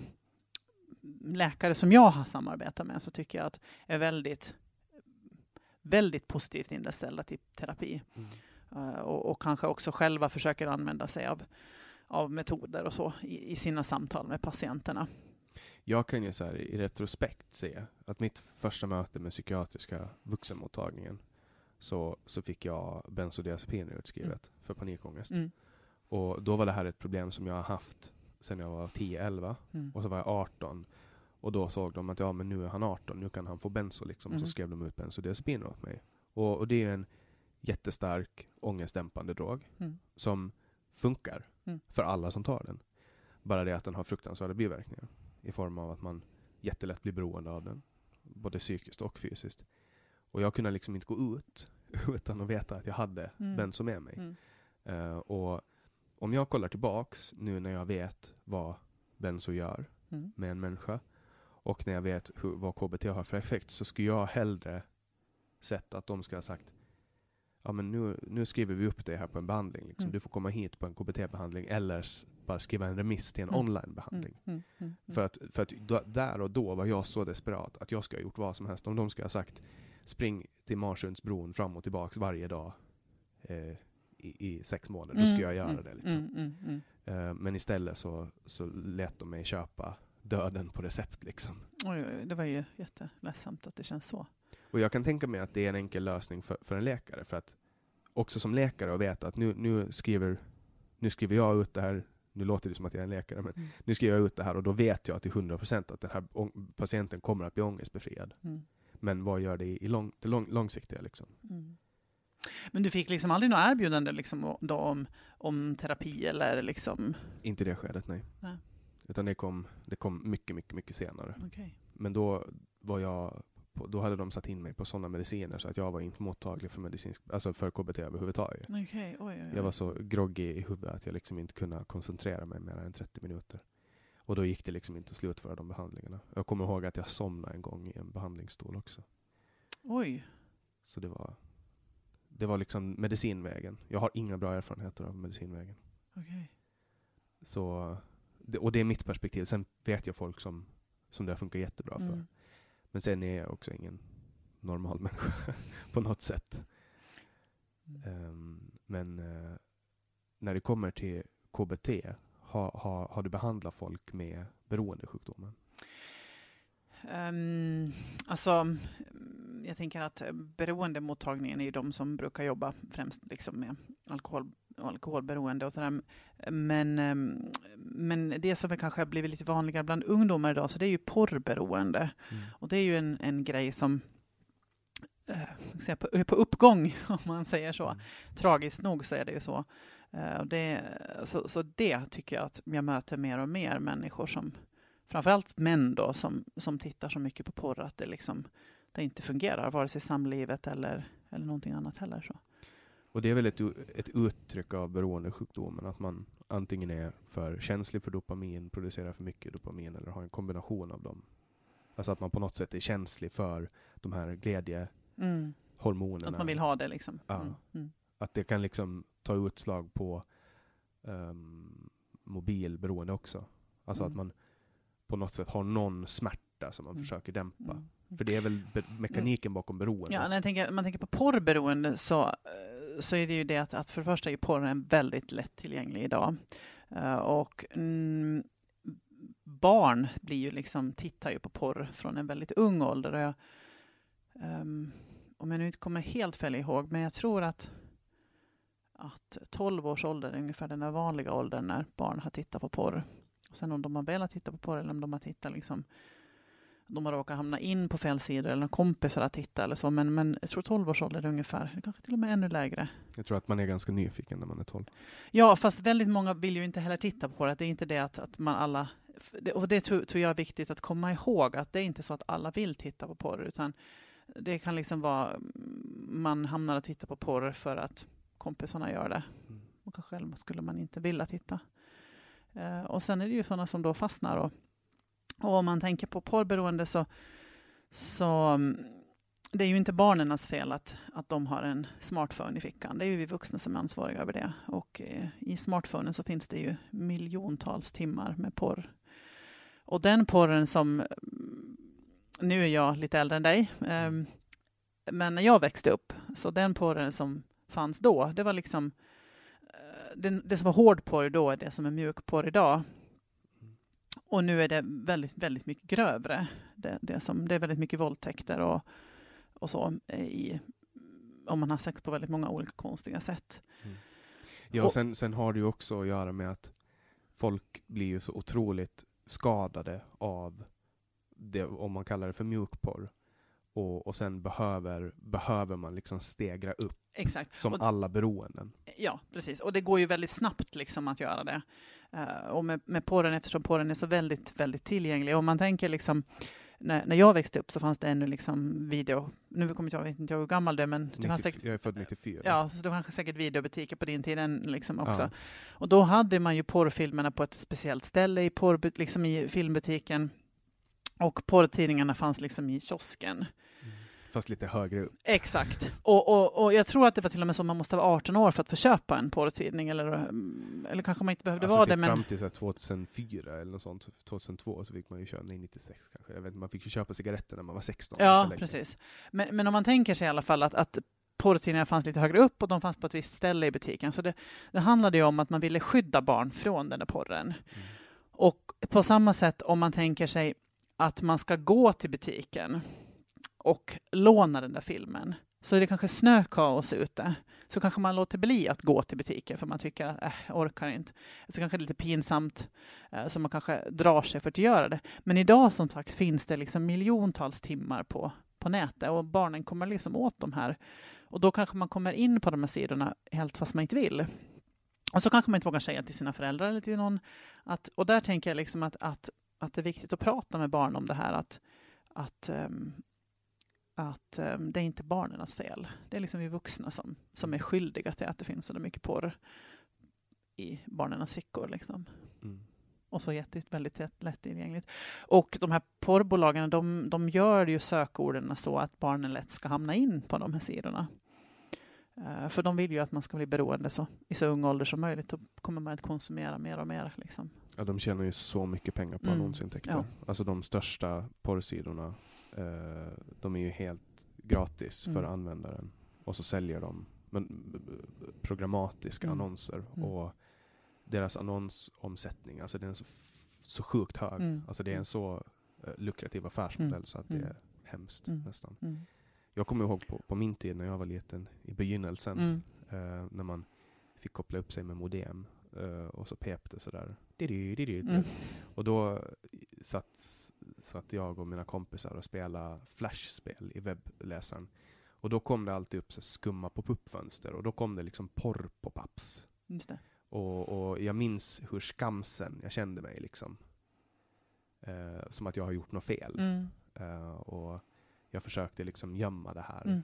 läkare som jag har samarbetat med, så tycker jag att är väldigt, väldigt positivt inställda till terapi. Och kanske också själva försöker använda sig av metoder och så i sina samtal med patienterna. Jag kan ju så här i retrospekt se att mitt första möte med psykiatriska vuxenmottagningen, så fick jag bensodiazepiner utskrivet för panikångest. Och då var det här ett problem som jag har haft sedan jag var 10-11 och så var jag 18. Och då såg de att men nu är han 18, nu kan han få benzo liksom. Och så skrev de ut bensodiazepiner åt mig. Och det är en jättestark ångestdämpande drog som funkar för alla som tar den. Bara det att den har fruktansvärda biverkningar i form av att man jättelätt blir beroende av den, både psykiskt och fysiskt. Och jag kunde liksom inte gå ut utan att veta att jag hade benzo med mig. Och om jag kollar tillbaks nu när jag vet vad benzo gör med en människa, och när jag vet vad KBT har för effekt, så skulle jag hellre sett att de ska ha sagt, ja men nu skriver vi upp det här på en behandling. Liksom. Du får komma hit på en KBT-behandling, eller bara skriva en remiss till en online-behandling. För att där och då var jag så desperat att jag ska ha gjort vad som helst. Om de ska ha sagt, spring till Marsundsbron fram och tillbaks varje dag i 6 månader, då ska jag göra det. Liksom. Men istället så lät de mig köpa döden på recept. Liksom. Oj, det var ju jätteledsamt att det känns så. Och jag kan tänka mig att det är en enkel lösning för en läkare. För att också som läkare att veta att nu skriver jag ut det här. Nu låter det som att jag är en läkare, men nu skriver jag ut det här, och då vet jag till 100% att den här patienten kommer att bli ångestbefriad. Men vad gör det i det långsiktiga liksom? Men du fick liksom aldrig något erbjudande liksom då om terapi eller liksom? Inte det skedet, nej. Utan det kom mycket, mycket, mycket senare. Okay. Men då då hade de satt in mig på sådana mediciner så att jag var inte mottaglig för för KBT överhuvudtaget. Okay. Oj. Jag var så groggy i huvudet att jag liksom inte kunde koncentrera mig mer än 30 minuter. Och då gick det liksom inte att slutföra de behandlingarna. Jag kommer ihåg att jag somnade en gång i en behandlingsstol också. Oj. Så det var liksom medicinvägen. Jag har inga bra erfarenheter av medicinvägen. Okay. Så, och det är mitt perspektiv. Sen vet jag folk som det funkar jättebra för. Men sen är jag också ingen normal människa på något sätt. Men när det kommer till KBT, har du behandlat folk med beroendesjukdomar? Alltså, jag tänker att beroendemottagningen är ju de som brukar jobba främst liksom med alkoholberoende och sådär. Men det som kanske har blivit lite vanligare bland ungdomar idag, så det är ju porrberoende. Och det är ju en grej som är på uppgång, om man säger så. Tragiskt nog så är det ju så. Så det tycker jag att jag möter mer och mer människor som, framförallt män då, som tittar så mycket på porr att det inte fungerar, vare sig i samlivet eller någonting annat heller. Så. Och det är väl ett uttryck av beroendesjukdomen, att man antingen är för känslig för dopamin, producerar för mycket dopamin eller har en kombination av dem. Alltså att man på något sätt är känslig för de här glädjehormonerna. Att man vill ha det liksom. Ja. Att det kan liksom ta utslag på mobilberoende också. Alltså att man på något sätt har någon smärta som man försöker dämpa. För det är väl mekaniken bakom beroende. Ja, när man tänker på porrberoende så är det ju det att för det första är porren väldigt lättillgänglig idag. Och barn tittar ju på porr från en väldigt ung ålder. Och om jag nu inte kommer helt fel ihåg, men jag tror att 12 års ålder är ungefär den vanliga åldern när barn har tittat på porr. Och sen om de har velat titta på porr eller om de har tittat de har råkat hamna in på fel sidor eller kompisar att titta eller så. Men jag tror 12 års ålder är ungefär, kanske till och med ännu lägre. Jag tror att man är ganska nyfiken när man är 12. Ja, fast väldigt många vill ju inte heller titta på det. Det är inte det att man alla... Och det tror jag är viktigt att komma ihåg, att det är inte så att alla vill titta på porr, utan det kan vara man hamnar att titta på porr för att kompisarna gör det. Och kanske själv skulle man inte vilja titta. Och sen är det ju sådana som då fastnar. Och om man tänker på porrberoende så det är ju inte barnens fel att de har en smartphone i fickan. Det är ju vi vuxna som är ansvariga över det. Och i smartphonen så finns det ju miljontals timmar med porr. Och den porren som... Nu är jag lite äldre än dig. Men när jag växte upp, så den porren som fanns då, det var det som var hårdporr då är det som är mjukporr idag. Och nu är det väldigt, väldigt mycket grövre. Det är väldigt mycket våldtäkter och så om man har sex på väldigt många olika konstiga sätt. Ja, sen har det ju också att göra med att folk blir ju så otroligt skadade av det, om man kallar det för mjukporr. Och sen behöver man stegra upp. Exakt. Som alla beroenden. Ja, precis. Och det går ju väldigt snabbt att göra det. Och med porren, eftersom porren är så väldigt, väldigt tillgänglig. Om man tänker när jag växte upp så fanns det ännu video. Nu vet inte jag hur gammal det är, men det fanns säkert, jag är född 94. Ja, så det fanns säkert videobutiker på din tid också. Ja. Och då hade man ju porrfilmerna på ett speciellt ställe i filmbutiken. Och porrtidningarna fanns i kiosken. Fast lite högre upp. Exakt. Och jag tror att det var till och med så man måste vara 18 år för att få köpa en porrtidning. Eller kanske man inte behövde vara det. Men fram till 2004 eller något sånt. 2002 så fick man ju köpa, 96 kanske. Jag vet inte, man fick ju köpa cigaretter när man var 16. Ja, precis. Men om man tänker sig i alla fall att porrtidningar fanns lite högre upp och de fanns på ett visst ställe i butiken. Så det handlade ju om att man ville skydda barn från den där porren. Och på samma sätt om man tänker sig att man ska gå till butiken och låna den där filmen, så är det kanske snökaos ute. Så kanske man låter bli att gå till butiken för man tycker att orkar inte. Så kanske det är lite pinsamt, så man kanske drar sig för att göra det. Men idag som sagt finns det miljontals timmar på nätet och barnen kommer åt de här Och då kanske man kommer in på de här sidorna helt fast man inte vill. Och så kanske man inte vågar säga till sina föräldrar eller till någon. Och där tänker jag liksom att det är viktigt att prata med barn om det här. Att det är inte barnens fel. Det är liksom vi vuxna som är skyldiga till att det finns så mycket porr i barnens fickor. Liksom. Och så väldigt lättillgängligt. Och de här porrbolagen, de gör ju sökorden så att barnen lätt ska hamna in på de här sidorna. För de vill ju att man ska bli beroende i så ung ålder som möjligt. Då kommer man att konsumera mer och mer. Liksom. Ja, de tjänar ju så mycket pengar på annonsintäkter. Ja. Alltså de största porrsidorna, de är ju helt gratis för användaren. Och så säljer de programmatiska annonser. Och deras annonsomsättning, alltså den är så sjukt hög. Alltså det är en så lukrativ affärsmodell så att det är hemskt nästan. Jag kommer ihåg på min tid när jag var liten i begynnelsen när man fick koppla upp sig med modem och så pep det sådär. Och då satt jag och mina kompisar och spelade flashspel i webbläsaren. Och då kom det alltid upp så skumma pop-up-fönster och då kom det liksom porr pop-ups. Just det. Och jag minns hur skamsen jag kände mig liksom. Som att jag har gjort något fel. Och jag försökte liksom gömma det här.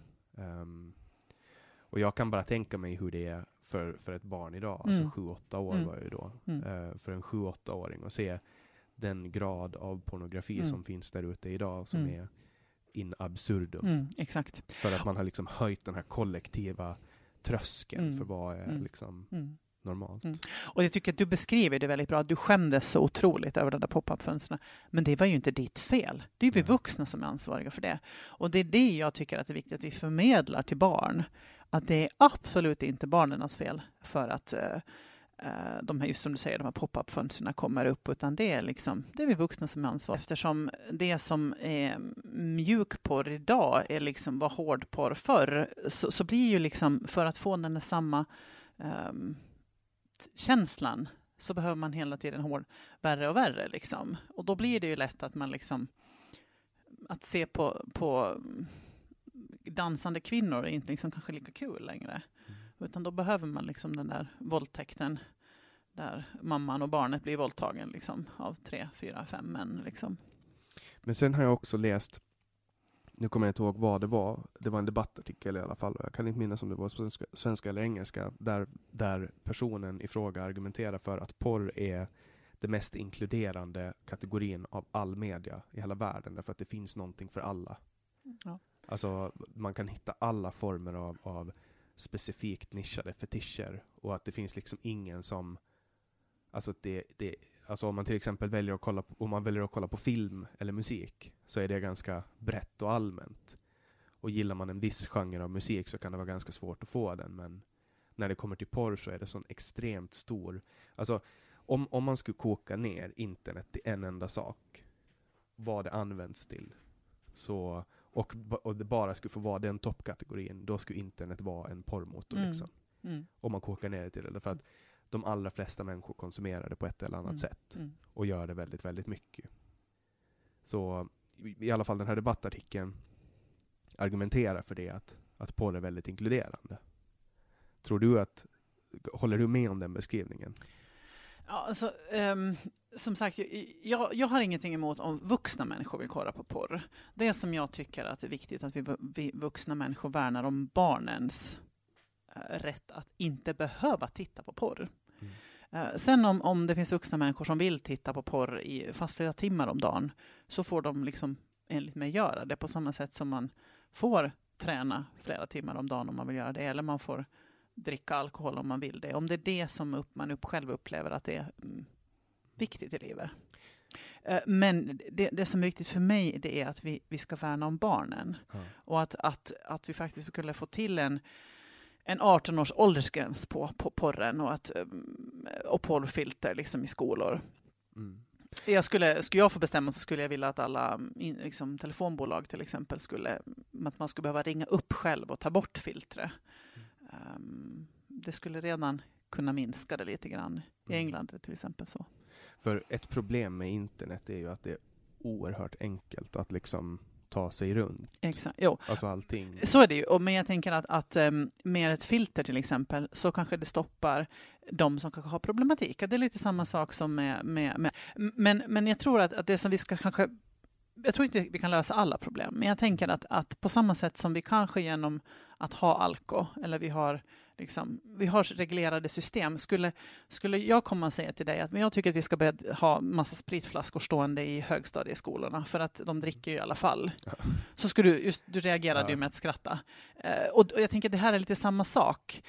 Och jag kan bara tänka mig hur det är för ett barn idag. Alltså 7-8 år var jag ju då. För en 7-8-åring att se den grad av pornografi som finns där ute idag som är in absurdum. Exakt. För att man har liksom höjt den här kollektiva tröskeln för vad är liksom normalt. Och jag tycker att du beskriver det väldigt bra. Du skämdes så otroligt över de där pop-up-fönsterna. Men det var ju inte ditt fel. Det är ju vi vuxna som är ansvariga för det. Och det är det jag tycker att det är viktigt att vi förmedlar till barn. Att det är absolut inte barnens fel för att de här, just som du säger, de här pop-up-fönsterna kommer upp, utan det är vi vuxna som är ansvar. Eftersom det som är mjukporr idag är liksom var hårdporr förr, så blir ju liksom, för att få den där samma känslan, så behöver man hela tiden värre och värre liksom. Och då blir det ju lätt att man liksom, att se på dansande kvinnor är inte liksom kanske lika kul längre. Utan då behöver man liksom den där våldtäkten där mamman och barnet blir våldtagen liksom, av 3, 4, 5 män. Liksom. Men sen har jag också läst, nu kommer jag inte ihåg vad det var en debattartikel i alla fall, jag kan inte minnas om det var på svenska eller engelska, där personen i fråga argumenterar för att porr är det mest inkluderande kategorin av all media i hela världen, därför att det finns någonting för alla. Ja. Alltså man kan hitta alla former av specifikt nischade fetischer, och att det finns liksom ingen som, alltså alltså om man till exempel väljer att kolla på film eller musik, så är det ganska brett och allmänt. Och gillar man en viss genre av musik så kan det vara ganska svårt att få den, men när det kommer till porr så är det sån extremt stor, alltså om man skulle koka ner internet till en enda sak, vad det används till, så och det bara skulle få vara den toppkategorin, då skulle internet vara en porrmotor liksom. Om man kokar ner det till det, därför att de allra flesta människor konsumerar det på ett eller annat sätt och gör det väldigt, väldigt mycket. Så i alla fall den här debattartikeln argumenterar för det, att porr är väldigt inkluderande. Håller du med om den beskrivningen? Ja, alltså, som sagt, jag har ingenting emot om vuxna människor vill kolla på porr. Det som jag tycker att det är viktigt att vi vuxna människor värnar om barnens rätt att inte behöva titta på porr. Sen om det finns vuxna människor som vill titta på porr i fast flera timmar om dagen, så får de liksom enligt mig göra det på samma sätt som man får träna flera timmar om dagen om man vill göra det, eller man får dricka alkohol om man vill det. Om det är det som man själv upplever att det är viktigt i livet. Men det som är viktigt för mig, det är att vi ska värna om barnen. Och att vi faktiskt skulle få till en 18-års åldersgräns på porren och porrfilter liksom i skolor. Skulle jag få bestämma, så skulle jag vilja att alla liksom, telefonbolag till exempel att man skulle behöva ringa upp själv och ta bort filtret. Det skulle redan kunna minska det lite grann. I England till exempel så. För ett problem med internet är ju att det är oerhört enkelt att liksom ta sig runt. Exakt, jo. Alltså allting. Så är det ju, men jag tänker att med ett filter till exempel så kanske det stoppar de som kanske har problematik. Det är lite samma sak som men jag tror att det som vi ska kanske, jag tror inte vi kan lösa alla problem, men jag tänker att på samma sätt som vi kanske genom att ha alko, eller vi har reglerade system, skulle jag komma och säga till dig att men jag tycker att vi ska börja ha massa spritflaskor stående i högstadieskolorna för att de dricker ju i alla fall. Ja. Så skulle du reagerade ju med att skratta. Och jag tänker att det här är lite samma sak.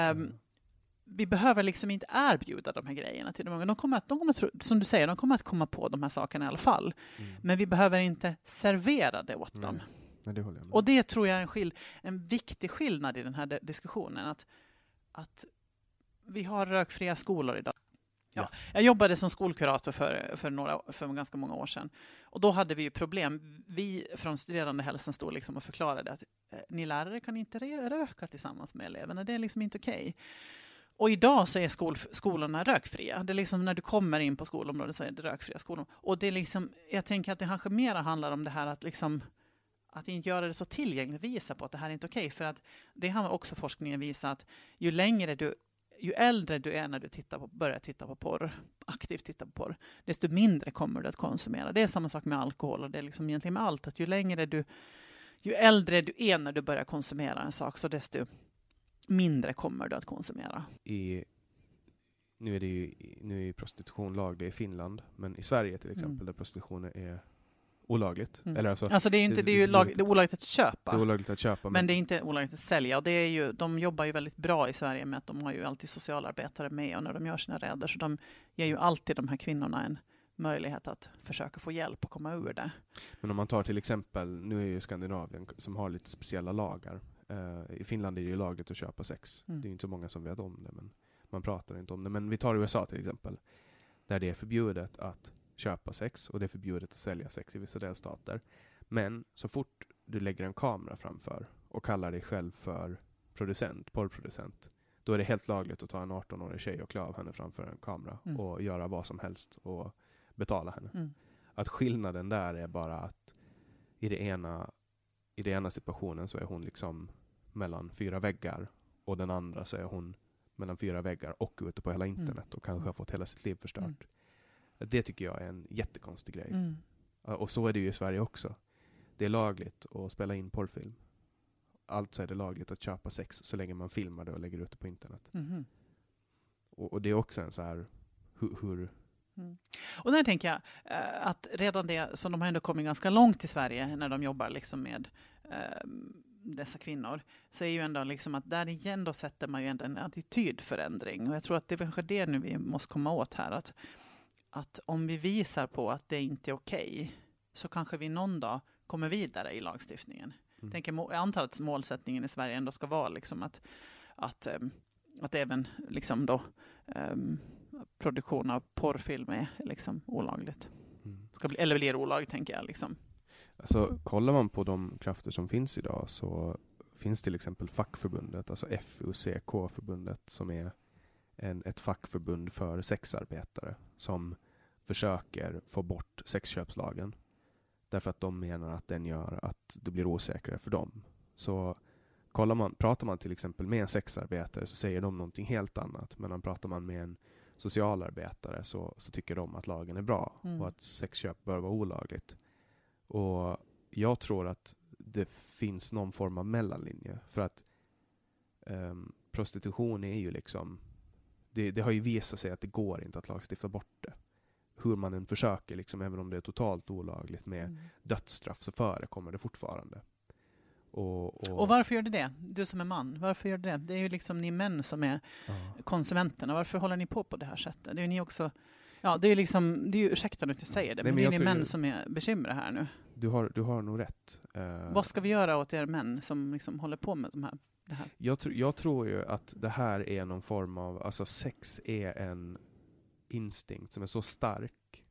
Vi behöver liksom inte erbjuda de här grejerna till de unga. De kommer som du säger, de kommer att komma på de här sakerna i alla fall. Men vi behöver inte servera det åt dem. Nej, det håller jag med. Och det tror jag är en viktig skillnad i den här diskussionen. Att vi har rökfria skolor idag. Ja. Jag jobbade som skolkurator för ganska många år sedan. Och då hade vi ju problem. Vi från studerandehälsan stod liksom och förklarade att ni lärare kan inte röka tillsammans med eleverna. Det är liksom inte okej. Och idag så är skolorna rökfria. Det är liksom när du kommer in på skolområdet så är det rökfria skolor. Och det är liksom, jag tänker att det kanske mer handlar om det här att inte göra det så tillgängligt, visa på att det här är inte okej. För att det har också forskningen visat att ju äldre du är när du börjar titta på porr, aktivt titta på porr, desto mindre kommer du att konsumera. Det är samma sak med alkohol och det är liksom egentligen med allt. Att ju äldre du är när du börjar konsumera en sak, så desto mindre kommer du att konsumera. Nu är prostitution laglig i Finland, men i Sverige till exempel där prostitution är olagligt. Eller alltså det är olagligt att köpa. Det är olagligt att köpa. Men det är inte olagligt att sälja. Och de jobbar ju väldigt bra i Sverige med att de har ju alltid socialarbetare med, och när de gör sina räder så de ger ju alltid de här kvinnorna en möjlighet att försöka få hjälp och komma ur det. Men om man tar till exempel, nu är ju Skandinavien som har lite speciella lagar. I Finland är det ju lagligt att köpa sex. Det är inte så många som vet om det, men man pratar inte om det. Men vi tar USA till exempel, där det är förbjudet att köpa sex och det är förbjudet att sälja sex i vissa delstater. Men så fort du lägger en kamera framför och kallar dig själv för porrproducent, då är det helt lagligt att ta en 18-årig tjej och klä av henne framför en kamera och göra vad som helst och betala henne. Att skillnaden där är bara att i det ena situationen så är hon liksom mellan 4 väggar, och den andra så är hon mellan 4 väggar och ute på hela internet och kanske har fått hela sitt liv förstört. Det tycker jag är en jättekonstig grej. Och så är det ju i Sverige också. Det är lagligt att spela in porrfilm. Alltså är det lagligt att köpa sex så länge man filmar det och lägger ut det på internet. Och det är också en så här hur Och där tänker jag att redan det som de har ändå kommit ganska långt i Sverige när de jobbar liksom med dessa kvinnor, så är ju ändå liksom att där igen då sätter man ju ändå en attitydförändring. Och jag tror att det är kanske det nu vi måste komma åt här, att om vi visar på att det inte är okej, så kanske vi någon dag kommer vidare i lagstiftningen. Jag antar att målsättningen i Sverige ändå ska vara liksom att även liksom då produktion av porrfilm är liksom olagligt. Eller blir olagligt, tänker jag liksom. Alltså, kollar man på de krafter som finns idag, så finns till exempel fackförbundet, alltså FUCK-förbundet, som är ett fackförbund för sexarbetare som försöker få bort sexköpslagen. Därför att de menar att den gör att det blir osäkrare för dem. Så pratar man till exempel med en sexarbetare, så säger de någonting helt annat. Men pratar man med en socialarbetare så tycker de att lagen är bra och att sexköp bör vara olagligt. Och jag tror att det finns någon form av mellanlinje. För att prostitution är ju liksom, det har ju visat sig att det går inte att lagstifta bort det. Hur man än försöker, liksom, även om det är totalt olagligt med dödsstraff, så förekommer det fortfarande. Och varför gör det? Du som är man, varför gör det? Det är ju liksom ni män som är konsumenterna. Varför håller ni på det här sättet? Det är ju ni också. Ja, det är liksom, det är ju, ursäkta nu att jag säger det, men det är ni män som är bekymrade här nu. Du har nog rätt. Vad ska vi göra åt er män som liksom håller på med det här? Jag tror ju att det här är någon form av, alltså sex är en instinkt som är så stark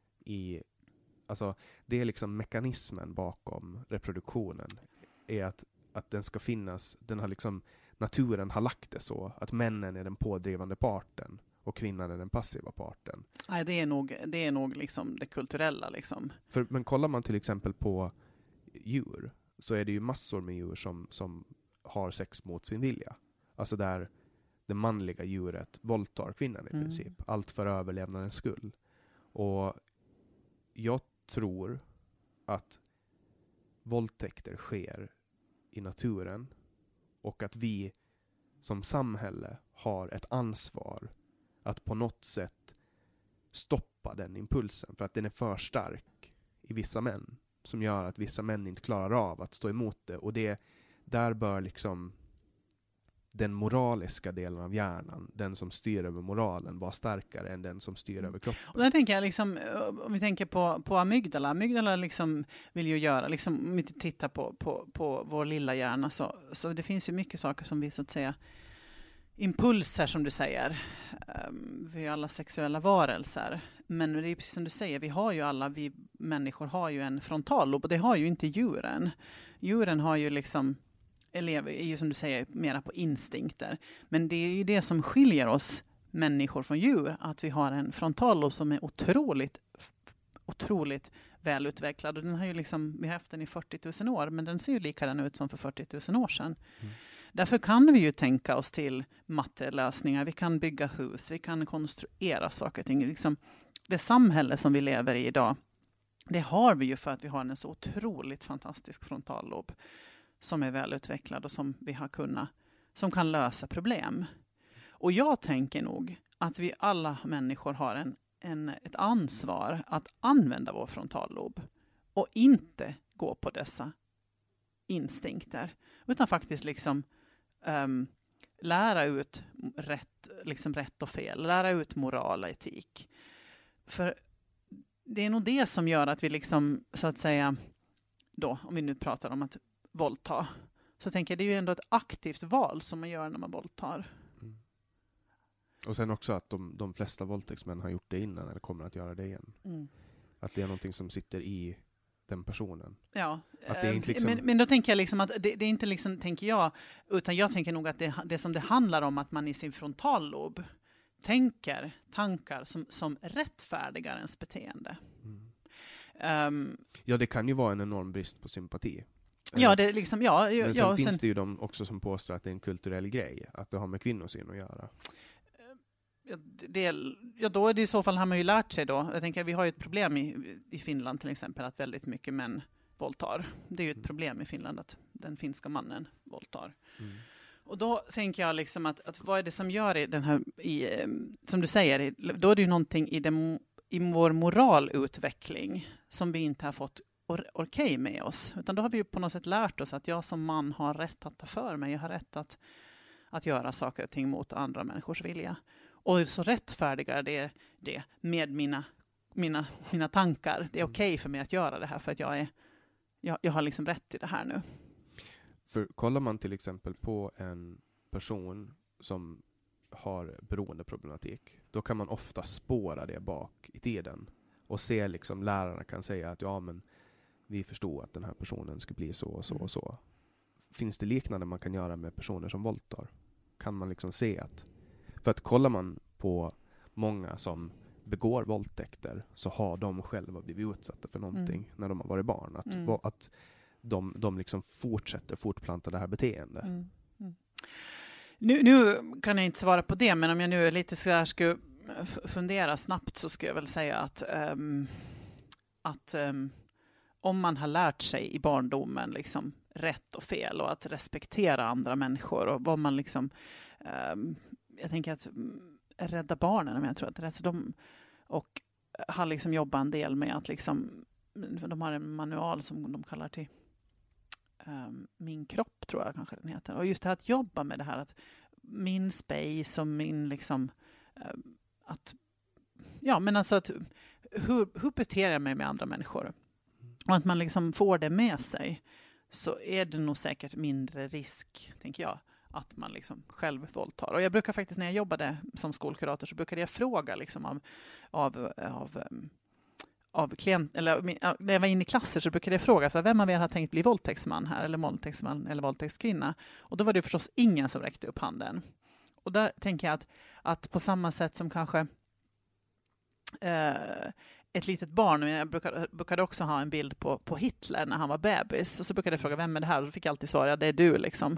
alltså det är liksom mekanismen bakom reproduktionen, är att den ska finnas, naturen har lagt det så att männen är den pådrivande parten och kvinnan är den passiva parten. Nej, det är nog liksom det kulturella liksom. Men kollar man till exempel på djur så är det ju massor med djur som har sex mot sin vilja. Alltså där det manliga djuret våldtar kvinnan i princip. Allt för överlevnadens skull. Och jag tror att våldtäkter sker i naturen och att vi som samhälle har ett ansvar att på något sätt stoppa den impulsen för att den är för stark i vissa män som gör att vissa män inte klarar av att stå emot det, och där bör liksom den moraliska delen av hjärnan, den som styr över moralen, vara starkare än den som styr över kroppen. Och där tänker jag liksom, om vi tänker på amygdala liksom vill ju göra, liksom, om vi tittar på vår lilla hjärna, så det finns ju mycket saker som vi så att säga impulser som du säger. Vi är alla sexuella varelser, men det är precis som du säger, vi människor har ju en frontallob och det har ju inte djuren. Djuren har ju liksom är ju som du säger mera på instinkter. Men det är ju det som skiljer oss människor från djur, att vi har en frontallob som är otroligt välutvecklad. Och den har ju liksom, vi har haft den i 40 000 år, men den ser ju likadan ut som för 40 000 år sedan. Därför kan vi ju tänka oss till mattelösningar. Vi kan bygga hus, vi kan konstruera saker och ting. Liksom, det samhälle som vi lever i idag, det har vi ju för att vi har en så otroligt fantastisk frontallob som är välutvecklad och som som kan lösa problem. Och jag tänker nog att vi alla människor har ett ansvar att använda vår frontallob och inte gå på dessa instinkter, utan faktiskt liksom lära ut rätt och fel, lära ut moral och etik. För det är nog det som gör att vi liksom, så att säga, då, om vi nu pratar om att våldta, så tänker jag det är ju ändå ett aktivt val som man gör när man våldtar. Och sen också att de flesta våldtäktsmän har gjort det innan eller kommer att göra det igen. Att det är någonting som sitter i den personen. Ja, att det är inte liksom... men då tänker jag liksom att det är inte liksom, tänker jag, utan jag tänker nog att det som det handlar om, att man i sin frontallob tänker tankar som rättfärdigar ens beteende. Ja, det kan ju vara en enorm brist på sympati. Ja, det är liksom, men sen finns det ju de också som påstår att det är en kulturell grej, att det har med kvinnosyn att göra. Då är det i så fall, har man ju lärt sig då. Jag tänker, vi har ju ett problem i Finland till exempel, att väldigt mycket män våldtar. Det är ju ett problem i Finland att den finska mannen våldtar. Och då tänker jag liksom att vad är det som gör i den här, som du säger, då är det ju någonting i vår moralutveckling som vi inte har fått okej med oss. Utan då har vi ju på något sätt lärt oss att jag som man har rätt att ta för mig. Jag har rätt att göra saker och ting mot andra människors vilja. Och så rättfärdigar det med mina tankar. Det är okej för mig att göra det här för att jag har liksom rätt i det här nu. För kollar man till exempel på en person som har beroendeproblematik, då kan man ofta spåra det bak i tiden. Och se liksom, lärarna kan säga att ja, men vi förstod att den här personen skulle bli så och så och så. Finns det liknande man kan göra med personer som våldtar? Kan man liksom se att... För att kollar man på många som begår våldtäkter, så har de själva blivit utsatta för någonting när de har varit barn. Att de liksom fortplanta det här beteendet. Nu kan jag inte svara på det, men om jag nu lite så här skulle fundera snabbt, så skulle jag väl säga att om man har lärt sig i barndomen liksom rätt och fel och att respektera andra människor, och vad man liksom jag tänker att Rädda Barnen, om jag tror att det är rätt, så de och har liksom jobbat en del med att liksom, de har en manual som de kallar till Min kropp, tror jag kanske den heter. Och just det här att jobba med det här, att min space och min liksom att men alltså att hur beter jag mig med andra människor? Och att man liksom får det med sig, så är det nog säkert mindre risk, tänker jag, att man liksom själv våldtar. Och jag brukar faktiskt, när jag jobbade som skolkurator, så brukade jag fråga liksom av klient, eller när jag var inne i klasser, så brukade jag fråga så här, vem av er har tänkt bli våldtäktsman här, eller våldtäktsman eller våldtäktskvinna? Och då var det förstås ingen som räckte upp handen. Och där tänker jag att på samma sätt som kanske ett litet barn. Jag brukade också ha en bild på Hitler när han var bebis. Och så brukade jag fråga, vem är det här? Och då fick jag alltid svara, ja, det är du liksom.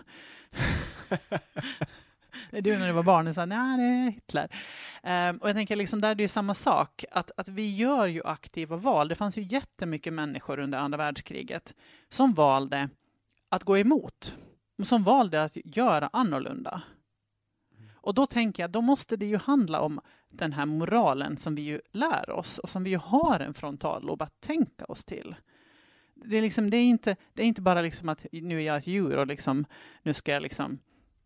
Det är du när du var barn. Och sa, nej, det är Hitler. Och jag tänker, liksom, där är det ju samma sak. Att vi gör ju aktiva val. Det fanns ju jättemycket människor under andra världskriget som valde att gå emot. Som valde att göra annorlunda. Och då tänker jag, då måste det ju handla om den här moralen som vi ju lär oss och som vi ju har en frontallob att tänka oss till. Det är, liksom, det är inte bara liksom att nu är jag ett djur och liksom, nu ska jag liksom,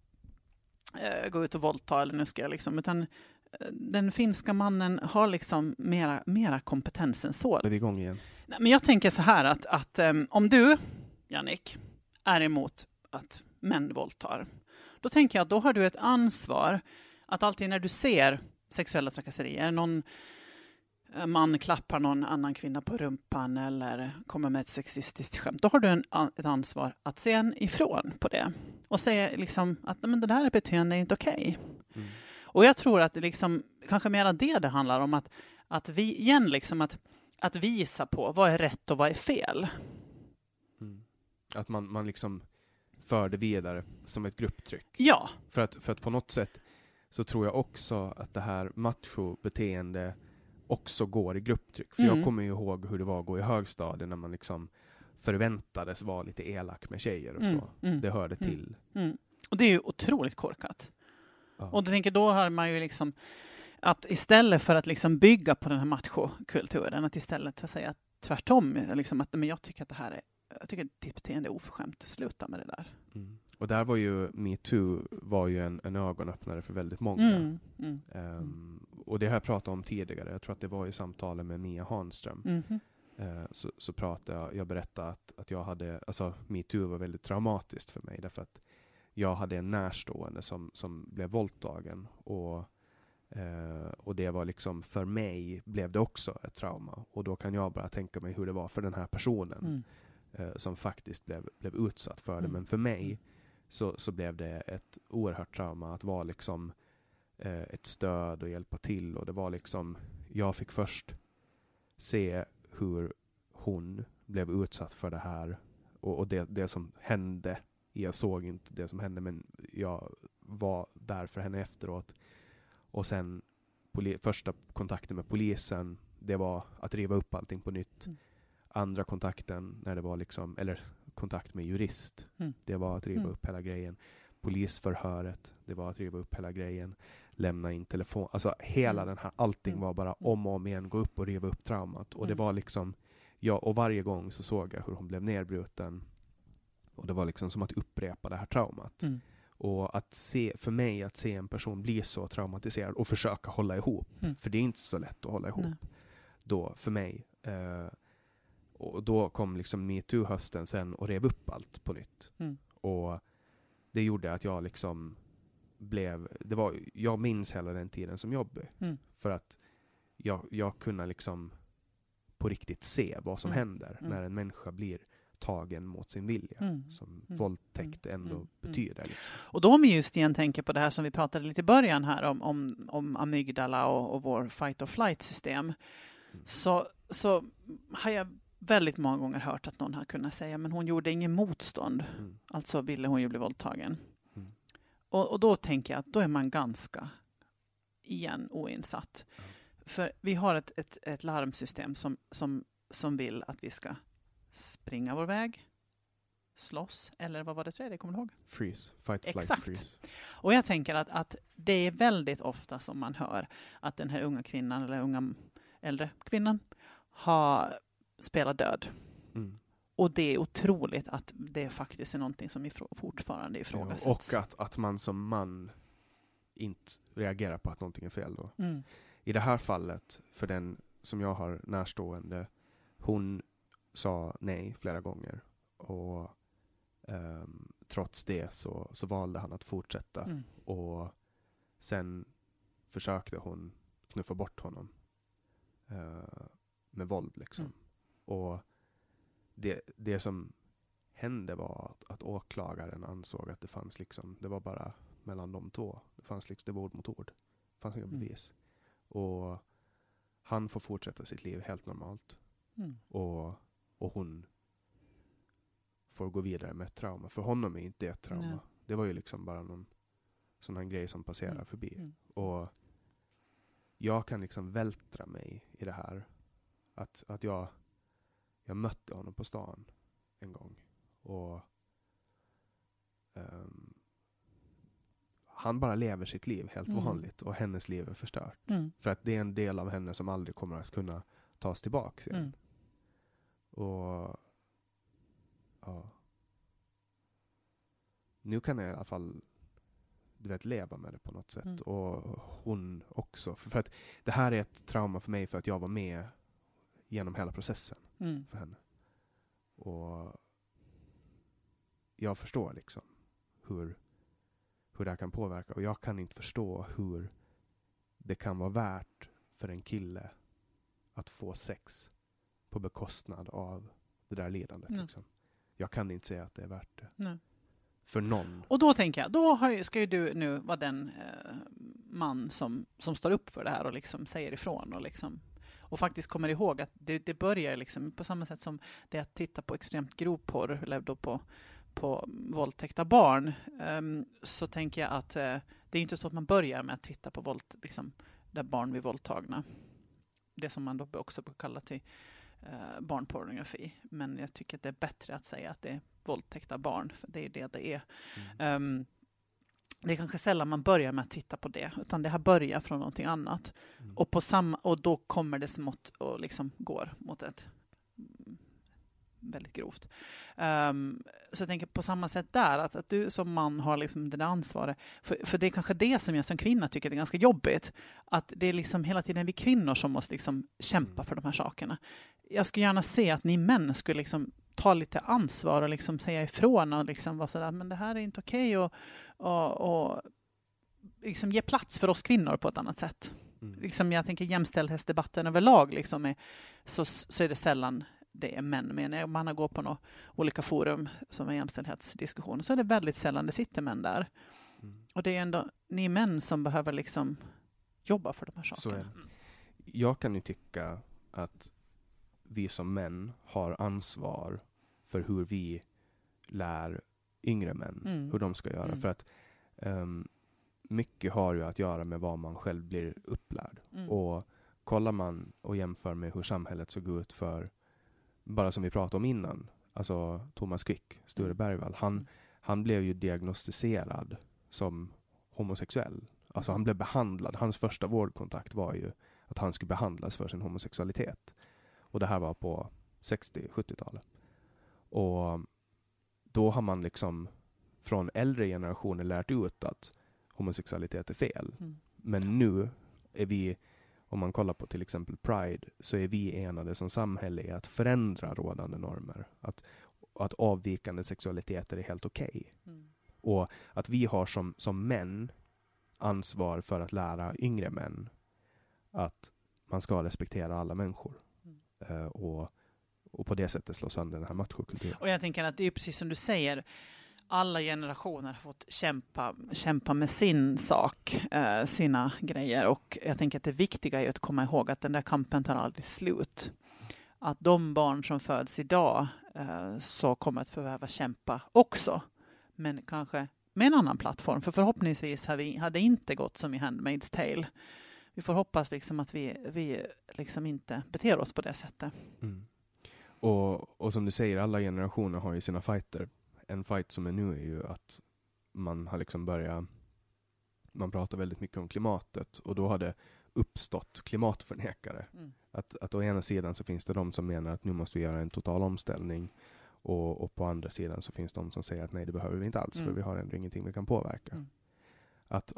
gå ut och våldta eller nu ska jag liksom, utan den finska mannen har liksom mera kompetens än så. Är vi igång igen? Nej, men jag tänker så här att om du, Jannik, är emot att män våldtar, då tänker jag att då har du ett ansvar att alltid när du ser sexuella trakasserier, någon man klappar någon annan kvinna på rumpan eller kommer med ett sexistiskt skämt, då har du ett ansvar att se en ifrån på det och säga liksom att men det här är beteende är inte okej. Mm. Och jag tror att det liksom, kanske mer det handlar om att vi igen liksom att visa på vad är rätt och vad är fel. Mm. Att man liksom för det vidare som ett grupptryck. Ja. För att på något sätt så tror jag också att det här macho-beteende också går i grupptryck. För jag kommer ju ihåg hur det var att gå i högstadiet när man liksom förväntades vara lite elak med tjejer och så. Det hörde till. Och det är ju otroligt korkat. Ja. Och då har man ju liksom att istället för att liksom bygga på den här macho-kulturen, att istället säga tvärtom, liksom att men jag tycker att jag tycker att ditt beteende är oförskämt. Sluta med det där. Mm. Och där var ju MeToo var ju en ögonöppnare för väldigt många. Och det har jag pratat om tidigare. Jag tror att det var i samtalet med Mia Hanström. Så pratade jag berättade att jag hade, alltså MeToo var väldigt traumatiskt för mig. Därför att jag hade en närstående som blev våldtagen. Och det var liksom, för mig blev det också ett trauma. Och då kan jag bara tänka mig hur det var för den här personen. Som faktiskt blev utsatt för det. Men för mig så blev det ett oerhört trauma att vara liksom ett stöd och hjälpa till. Och det var liksom, jag fick först se hur hon blev utsatt för det här. Och det som hände, jag såg inte det som hände, men jag var där för henne efteråt. Och sen första kontakten med polisen, det var att riva upp allting på nytt. Andra kontakten när det var liksom, eller kontakt med jurist, det var att riva upp hela grejen. Polisförhöret, det var att riva upp hela grejen. Lämna in telefon, alltså hela den här, allting var bara om och om igen, gå upp och riva upp traumat. Och det var liksom, och varje gång så såg jag hur hon blev nedbruten. Och det var liksom som att upprepa det här traumat. Och för mig att se en person bli så traumatiserad och försöka hålla ihop. För det är inte så lätt att hålla ihop. Då, för mig. Och då kom liksom MeToo-hösten sen och rev upp allt på nytt. Och det gjorde att jag liksom jag minns hela den tiden som jobbig. För att jag kunde liksom på riktigt se vad som händer när en människa blir tagen mot sin vilja. Som våldtäkt ändå betyder. Liksom. Och då om vi just igen tänker på det här som vi pratade lite i början här om amygdala och vår fight or flight system. Så har jag väldigt många gånger hört att någon har kunnat säga men hon gjorde ingen motstånd. Alltså ville hon ju bli våldtagen. Och då tänker jag att då är man ganska oinsatt. För vi har ett larmsystem som vill att vi ska springa vår väg, slåss, eller vad var det tredje, kommer du ihåg? Freeze, fight, flight, exakt. Freeze. Och jag tänker att det är väldigt ofta som man hör att den här unga kvinnan eller äldre kvinnan har spelat död. Och det är otroligt att det faktiskt är någonting som fortfarande ifrågasätts. Och att man som man inte reagerar på att någonting är fel då. I det här fallet, för den som jag har närstående, hon sa nej flera gånger. Och trots det så valde han att fortsätta. Och sen försökte hon knuffa bort honom med våld liksom. Och det som hände var att åklagaren ansåg att det fanns liksom, det var bara mellan de två. Det fanns liksom, det var ord mot ord. Det fanns inga bevis. Och han får fortsätta sitt liv helt normalt. Och hon får gå vidare med ett trauma. För honom är inte ett trauma. Nej. Det var ju liksom bara någon sån här grej som passerar förbi. Och jag kan liksom vältra mig i det här. Att jag mötte honom på stan en gång. Och han bara lever sitt liv helt vanligt. Och hennes liv är förstört. För att det är en del av henne som aldrig kommer att kunna tas tillbaka igen. Och ja. Nu kan jag i alla fall leva med det på något sätt. Och hon också. För att det här är ett trauma för mig för att jag var med genom hela processen för henne. Och jag förstår liksom hur det här kan påverka. Och jag kan inte förstå hur det kan vara värt för en kille att få sex på bekostnad av det där lidandet. Liksom. Jag kan inte säga att det är värt det. Nej. För någon. Och då tänker jag, ska ju du nu vara den man som står upp för det här och liksom säger ifrån och faktiskt kommer ihåg att det börjar liksom på samma sätt som det att titta på extremt grov porr eller då på våldtäkta barn, så tänker jag att det är inte så att man börjar med att titta på våld liksom, där barn blir våldtagna. Det som man då också kallar till barnpornografi. Men jag tycker att det är bättre att säga att det är våldtäkta barn, för det är det är. Det är kanske sällan man börjar med att titta på det, utan det här börjar från någonting annat. Och då kommer det smått och liksom går mot ett väldigt grovt. Så jag tänker på samma sätt där, att du som man har liksom det där ansvaret. För det är kanske det som jag som kvinna tycker är ganska jobbigt. Att det är liksom hela tiden vi kvinnor som måste liksom kämpa för de här sakerna. Jag skulle gärna se att ni män skulle liksom ta lite ansvar och liksom säga ifrån och liksom vara sådär, men det här är inte okej, och liksom ge plats för oss kvinnor på ett annat sätt. Liksom jag tänker jämställdhetsdebatten överlag liksom så är det sällan det är män. Men när man går på några olika forum som är jämställdhetsdiskussioner så är det väldigt sällan det sitter män där. Och det är ändå ni män som behöver liksom jobba för de här sakerna. Jag kan ju tycka att vi som män har ansvar för hur vi lär yngre män hur de ska göra. För att mycket har ju att göra med vad man själv blir upplärd. Och kollar man och jämför med hur samhället såg ut för, bara som vi pratade om innan, alltså Thomas Quick, Sture Bergvall, han blev ju diagnostiserad som homosexuell. Alltså han blev behandlad. Hans första vårdkontakt var ju att han skulle behandlas för sin homosexualitet. Och det här var på 60-70-talet. Och då har man liksom från äldre generationer lärt ut att homosexualitet är fel. Men nu är vi, om man kollar på till exempel Pride, så är vi enade som samhälle i att förändra rådande normer. Att avvikande sexualiteter är helt okej. Och att vi har som män ansvar för att lära yngre män att man ska respektera alla människor. Och på det sättet slå sönder den här machokulturen. Och jag tänker att det är precis som du säger, alla generationer har fått kämpa med sin sak, sina grejer. Och jag tänker att det viktiga är att komma ihåg att den där kampen tar aldrig slut. Att de barn som föds idag så kommer att behöva kämpa också. Men kanske med en annan plattform. För förhoppningsvis hade det inte gått som i Handmaid's Tale. Vi får hoppas liksom att vi liksom inte beter oss på det sättet. Och som du säger, alla generationer har ju sina fighter. En fight som är nu är ju att man har liksom man pratar väldigt mycket om klimatet, och då har det uppstått klimatförnekare. Att å ena sidan så finns det de som menar att nu måste vi göra en total omställning, och på andra sidan så finns det de som säger att nej, det behöver vi inte alls, för vi har ändå ingenting vi kan påverka. Att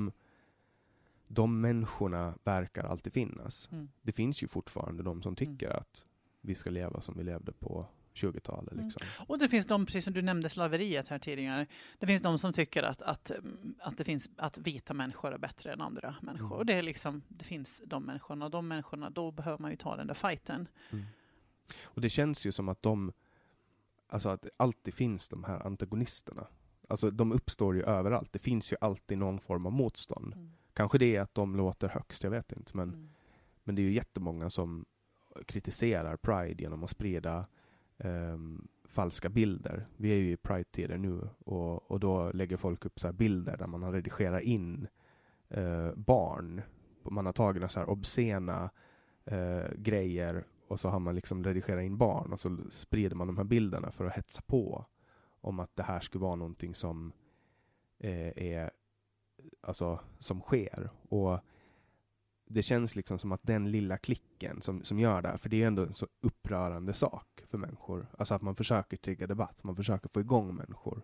de människorna verkar alltid finnas. Det finns ju fortfarande de som tycker att vi ska leva som vi levde på 20-talet. Liksom. Och det finns de, precis som du nämnde slaveriet här tidigare, det finns de som tycker att vita människor är bättre än andra människor. Och det är liksom, det finns de människorna, då behöver man ju ta den där fighten. Och det känns ju som att att det alltid finns de här antagonisterna. Alltså de uppstår ju överallt. Det finns ju alltid någon form av motstånd. Kanske det är att de låter högst, jag vet inte, Men det är ju jättemånga som kritiserar Pride genom att sprida falska bilder. Vi är ju i Pride-tider nu och då lägger folk upp så här bilder där man har redigerat in barn. Man har tagit så här obscena grejer och så har man liksom redigerat in barn och så sprider man de här bilderna för att hetsa på om att det här skulle vara någonting som är alltså som sker. Och det känns liksom som att den lilla klicken som gör det här, för det är ändå en så upprörande sak för människor. Alltså att man försöker trigga debatt, man försöker få igång människor.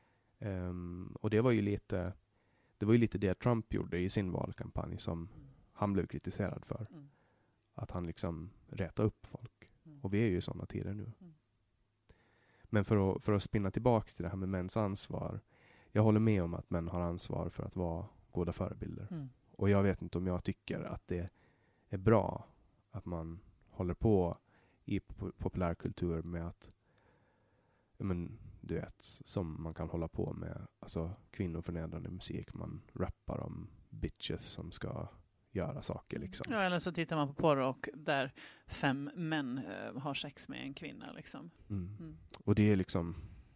Och det var ju lite det Trump gjorde i sin valkampanj som han blev kritiserad för. Att han liksom rätade upp folk. Och vi är ju i sådana tider nu. Men för att spinna tillbaks till det här med mäns ansvar. Jag håller med om att män har ansvar för att vara goda förebilder. Och jag vet inte om jag tycker att det är bra att man håller på i populärkultur med att, men du vet, som man kan hålla på med, alltså kvinnoförnedrande musik. Man rappar om bitches som ska göra saker liksom. Ja, eller så tittar man på porr och där 5 män har sex med en kvinna liksom. Och det är liksom,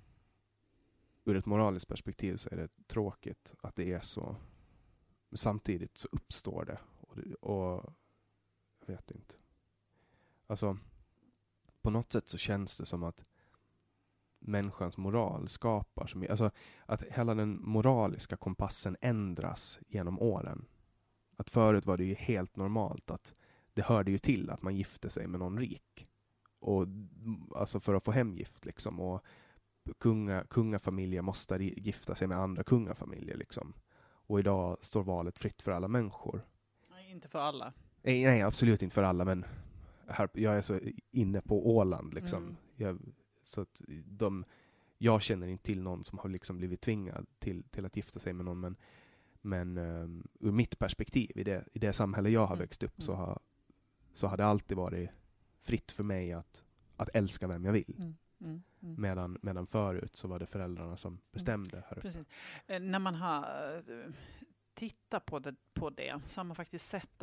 ur ett moraliskt perspektiv så är det tråkigt att det är så. Men samtidigt så uppstår det. Och jag vet inte. Alltså, på något sätt så känns det som att människans moral skapar så mycket. Alltså, att hela den moraliska kompassen ändras genom åren. Att förut var det ju helt normalt att det hörde ju till att man gifte sig med någon rik. Och alltså för att få hemgift liksom. Och kungafamiljer måste gifta sig med andra kungafamiljer liksom. Och idag står valet fritt för alla människor. Nej, inte för alla. Nej, absolut inte för alla, men jag är så inne på Åland liksom. Jag känner inte till någon som har liksom blivit tvingad till att gifta sig med någon, men ur mitt perspektiv i det samhälle jag har växt upp så har det alltid varit fritt för mig att älska vem jag vill. Medan förut så var det föräldrarna som bestämde här uppe. Precis. När man har tittat på det så har man faktiskt sett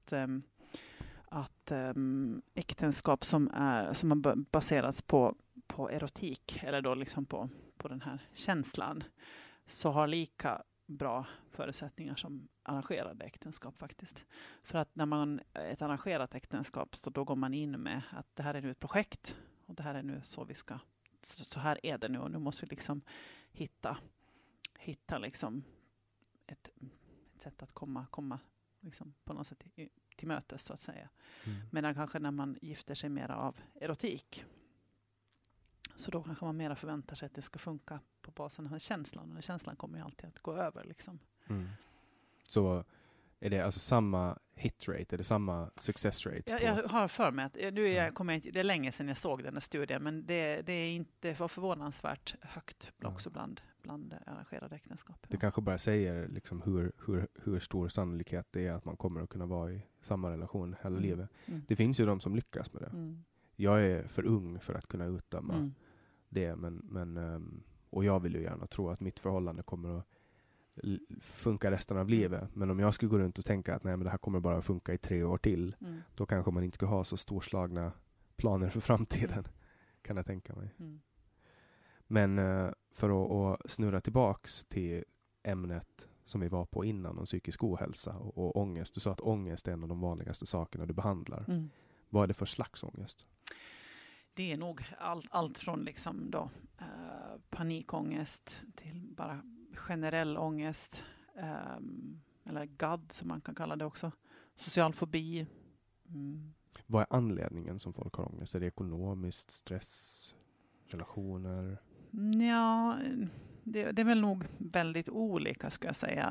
att äktenskap som har baserats på erotik eller då liksom på den här känslan så har lika bra förutsättningar som arrangerade äktenskap faktiskt. För att när man ett arrangerat äktenskap så då går man in med att det här är nu ett projekt och det här är nu så här är det nu och nu måste vi liksom hitta liksom ett sätt att komma liksom på något sätt till mötes så att säga. Medan kanske när man gifter sig mera av erotik så då kanske man mera förväntar sig att det ska funka på basen av känslan och den känslan kommer ju alltid att gå över liksom. Så är det alltså samma hit rate, är det samma success rate? Jag har för mig att det är länge sedan jag såg den här studien, men det var förvånansvärt högt också bland arrangerade äktenskap. Det kanske bara säger liksom hur stor sannolikhet det är att man kommer att kunna vara i samma relation hela livet. Det finns ju de som lyckas med det. Jag är för ung för att kunna utdöma det, men och jag vill ju gärna tro att mitt förhållande kommer att funka resten av livet. Men om jag skulle gå runt och tänka att nej, men det här kommer bara att funka i 3 år till, då kanske man inte ska ha så storslagna planer för framtiden, kan jag tänka mig. Men för att snurra tillbaks till ämnet som vi var på innan om psykisk ohälsa och ångest. Du sa att ångest är en av de vanligaste sakerna du behandlar. Vad är det för slags ångest? Det är nog allt från liksom då, panikångest till bara generell ångest. Eller GAD som man kan kalla det också. Social fobi. Vad är anledningen som folk har ångest? Är det ekonomiskt, stress, relationer? Ja, det är väl nog väldigt olika ska jag säga.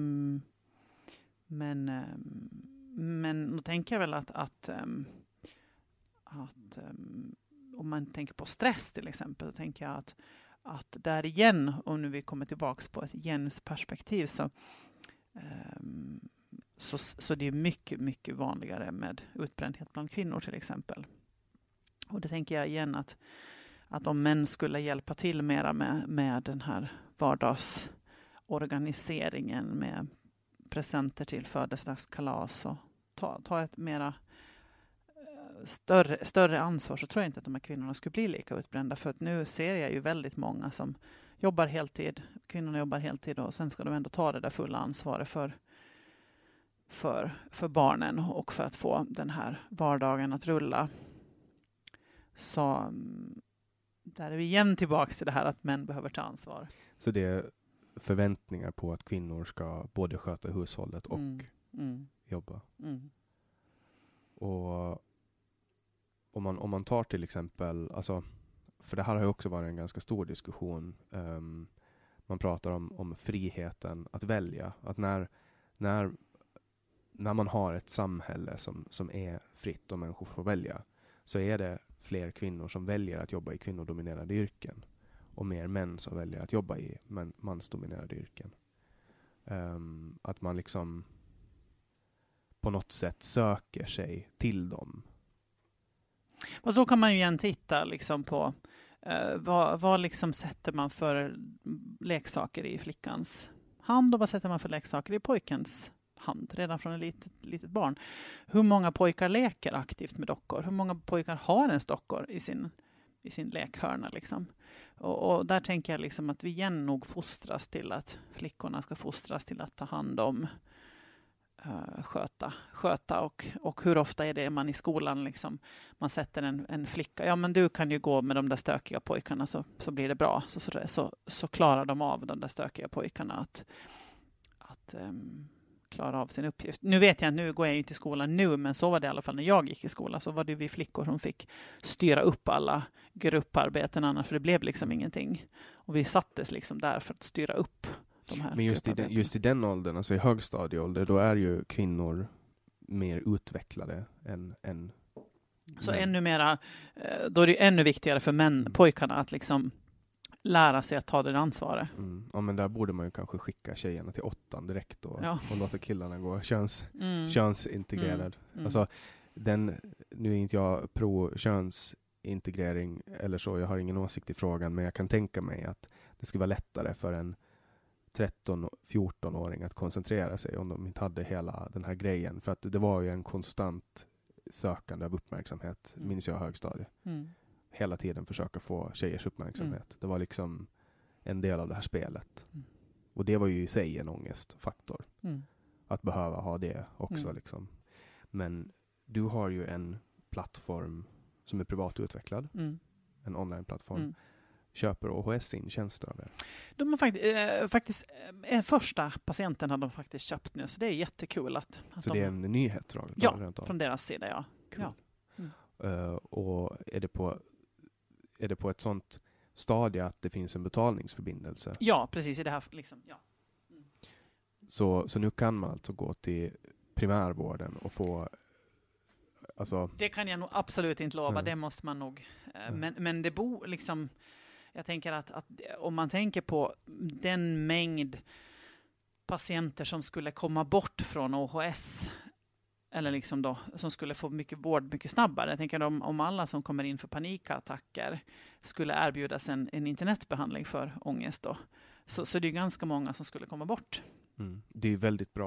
Men då tänker jag väl att om man tänker på stress till exempel, så tänker jag att där igen, om nu vi kommer tillbaks på ett genusperspektiv så det är mycket, mycket vanligare med utbrändhet bland kvinnor till exempel. Och det tänker jag igen att om män skulle hjälpa till mera med den här vardagsorganiseringen med presenter till födelsedagskalas och ta ett mera större ansvar, så tror jag inte att de här kvinnorna skulle bli lika utbrända. För att nu ser jag ju väldigt många som jobbar heltid. Kvinnorna jobbar heltid och sen ska de ändå ta det där fulla ansvaret för barnen och för att få den här vardagen att rulla. Så där är vi igen tillbaka till det här att män behöver ta ansvar. Så det är förväntningar på att kvinnor ska både sköta hushållet och jobba. Mm. Och om man tar till exempel, alltså, för det här har ju också varit en ganska stor diskussion. Man pratar om friheten att välja. Att när man har ett samhälle som är fritt och människor får välja, så är det fler kvinnor som väljer att jobba i kvinnodominerade yrken och mer män som väljer att jobba i mansdominerade yrken. Att man liksom på något sätt söker sig till dem. Och så kan man ju igen titta liksom på vad liksom sätter man för leksaker i flickans hand och vad sätter man för leksaker i pojkens hand redan från ett litet barn. Hur många pojkar leker aktivt med dockor? Hur många pojkar har ens dockor i sin lekhörna liksom? Och där tänker jag liksom att vi igen nog fostras till att flickorna ska fostras till att ta hand om, sköta och hur ofta är det man i skolan liksom, man sätter en flicka, ja men du kan ju gå med de där stökiga pojkarna så blir det bra, så klarar de av de där stökiga pojkarna att klara av sin uppgift. Nu vet jag att nu går jag inte i skolan nu, men så var det i alla fall när jag gick i skolan, så var det vi flickor som fick styra upp alla grupparbeten annars, för det blev liksom ingenting. Och vi sattes liksom där för att styra upp de här. Men just i den åldern, alltså i högstadieålder, då är ju kvinnor mer utvecklade än så ännu mera, då är det ännu viktigare för pojkarna att liksom lära sig att ta det ansvaret. Ja, men där borde man ju kanske skicka tjejerna till 8:an direkt och låta killarna gå könsintegrerad. Alltså, nu är inte jag pro könsintegrering eller så, jag har ingen åsikt i frågan, men jag kan tänka mig att det skulle vara lättare för en 13-14-åring att koncentrera sig om de inte hade hela den här grejen. För att det var ju en konstant sökande av uppmärksamhet, minns jag högstadiet. Hela tiden försöka få tjejers uppmärksamhet. Det var liksom en del av det här spelet. Och det var ju i sig en ångestfaktor. Att behöva ha det också. Liksom. Men du har ju en plattform som är privatutvecklad. En online-plattform. Köper OHS sin tjänster av det? De har faktiskt första patienten har de faktiskt köpt nu, så det är jättekul att så det är en nyhet? Ja, från deras sida, ja. Cool. Ja. Och är det på ett sånt stadie att det finns en betalningsförbindelse? Ja, precis i det här liksom, ja. Så nu kan man alltså gå till primärvården och få, alltså... Det kan jag nog absolut inte lova, det måste man nog. Men det liksom, jag tänker att om man tänker på den mängd patienter som skulle komma bort från OHS, eller liksom då, som skulle få mycket vård mycket snabbare. Jag tänker om alla som kommer in för panikattacker skulle erbjudas en internetbehandling för ångest då. Så det är ganska många som skulle komma bort. Det är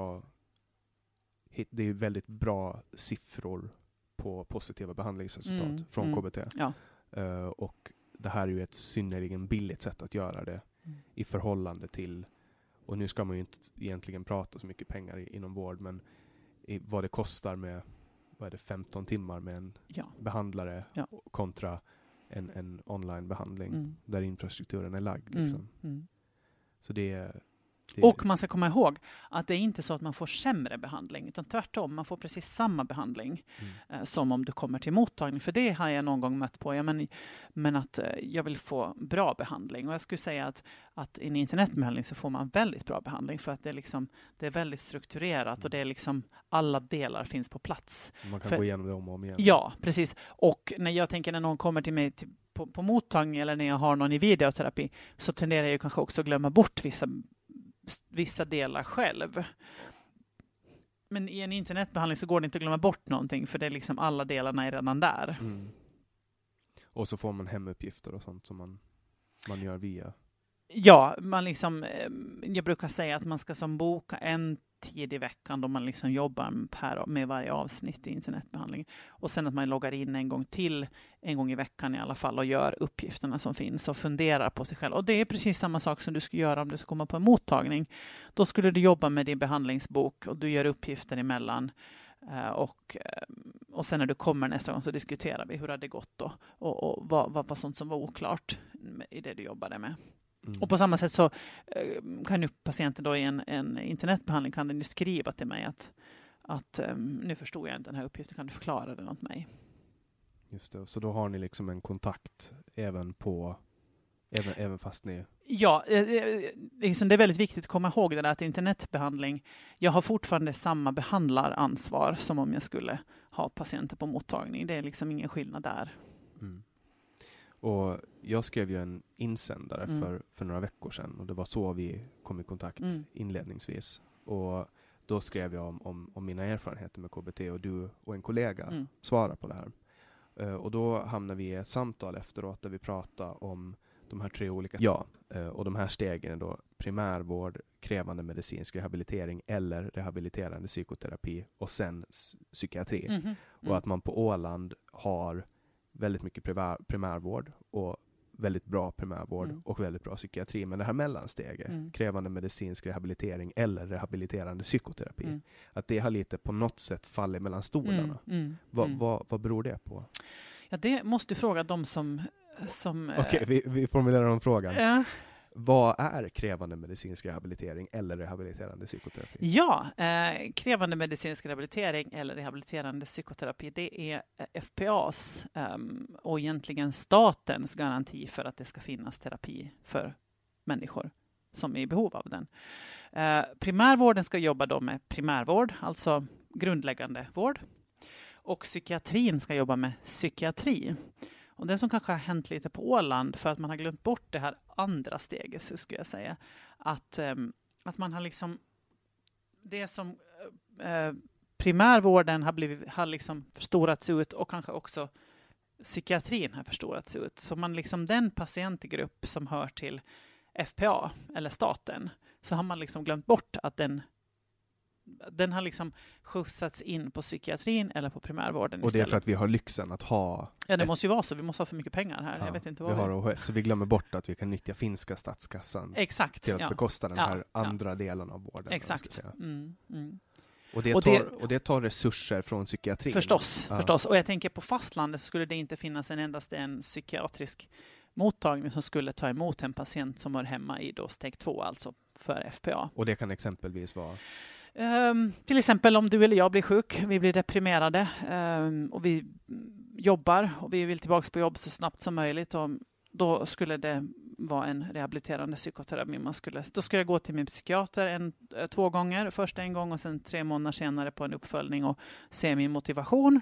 väldigt bra siffror på positiva behandlingsresultat från KBT. Ja. Och det här är ju ett synnerligen billigt sätt att göra det i förhållande till, och nu ska man ju inte egentligen prata så mycket pengar inom vård, men vad det kostar med 15 timmar med en behandlare kontra en online-behandling där infrastrukturen är lagd. Liksom. Så och man ska komma ihåg att det är inte så att man får sämre behandling, utan tvärtom, man får precis samma behandling som om du kommer till mottagning. För det har jag någon gång mött på. Men att jag vill få bra behandling. Och jag skulle säga att i en internetbehandling så får man väldigt bra behandling, för att det är väldigt strukturerat och det är liksom alla delar finns på plats. Man kan gå igenom det om och om igen. Ja, precis. Och när någon kommer till mig på mottagning eller när jag har någon i videoterapi, så tenderar jag ju kanske också att glömma bort vissa delar själv. Men i en internetbehandling så går det inte att glömma bort någonting, för det är liksom alla delarna är redan där. Och så får man hemuppgifter och sånt som man gör via. Ja, jag brukar säga att man ska boka tid i veckan då man liksom jobbar med varje avsnitt i internetbehandling. Och sen att man loggar in en gång i veckan i alla fall och gör uppgifterna som finns och funderar på sig själv. Och det är precis samma sak som du skulle göra om du ska komma på en mottagning. Då skulle du jobba med din behandlingsbok och du gör uppgifter emellan. Och sen när du kommer nästa gång så diskuterar vi hur det gått då och vad var sånt som var oklart i det du jobbade med. Och på samma sätt så kan ju patienten då i en internetbehandling kan den ju skriva till mig att nu förstod jag inte den här uppgiften, kan du förklara den åt mig? Just det, så då har ni liksom en kontakt även fast ni... Ja, det är väldigt viktigt att komma ihåg det där att internetbehandling, jag har fortfarande samma behandlaransvar som om jag skulle ha patienter på mottagning. Det är liksom ingen skillnad där. Mm. Och jag skrev ju en insändare för några veckor sedan och det var så vi kom i kontakt inledningsvis. Och då skrev jag om mina erfarenheter med KBT och du och en kollega svarade på det här. Och då hamnade vi i ett samtal efteråt där vi pratade om de här 3 olika och de här stegen är då primärvård, krävande medicinsk rehabilitering eller rehabiliterande psykoterapi och sen psykiatri. Och att man på Åland har väldigt mycket primärvård och väldigt bra primärvård och väldigt bra psykiatri. Men det här mellansteget, krävande medicinsk rehabilitering eller rehabiliterande psykoterapi, att det har lite på något sätt fallit mellan stolarna. Vad beror det på? Ja, det måste du fråga de som Okej, vi formulerar om frågan. Ja. Vad är krävande medicinsk rehabilitering eller rehabiliterande psykoterapi? Ja, krävande medicinsk rehabilitering eller rehabiliterande psykoterapi, det är FPAs och egentligen statens garanti för att det ska finnas terapi för människor som är i behov av den. Primärvården ska jobba då med primärvård, alltså grundläggande vård. Och psykiatrin ska jobba med psykiatri. Och det som kanske har hänt lite på Åland, för att man har glömt bort det här andra steget, så skulle jag säga, att man har liksom, det som primärvården har liksom förstorats ut och kanske också psykiatrin har förstorats ut. Så man liksom den patientgrupp som hör till FPA eller staten, så har man liksom glömt bort att den har liksom skjutsats in på psykiatrin eller på primärvården och istället. Det är för att vi har lyxen att ha... Ja, det måste ju vara så. Vi måste ha för mycket pengar här. Jag vet inte vad vi har OHS, så vi glömmer bort att vi kan nyttja finska statskassan till att bekosta den här andra delen av vården. Exakt. Och det tar resurser från psykiatrin. Förstås. Och jag tänker på fastlandet så skulle det inte finnas endast en psykiatrisk mottagning som skulle ta emot en patient som var hemma i då steg 2, alltså för FPA. Och det kan exempelvis vara... till exempel om du eller jag blir sjuk, vi blir deprimerade och vi jobbar och vi vill tillbaka på jobb så snabbt som möjligt, och då skulle det vara en rehabiliterande psykoterapi. Då skulle jag gå till min psykiater 2 gånger, först en gång och sen 3 månader senare på en uppföljning och se min motivation.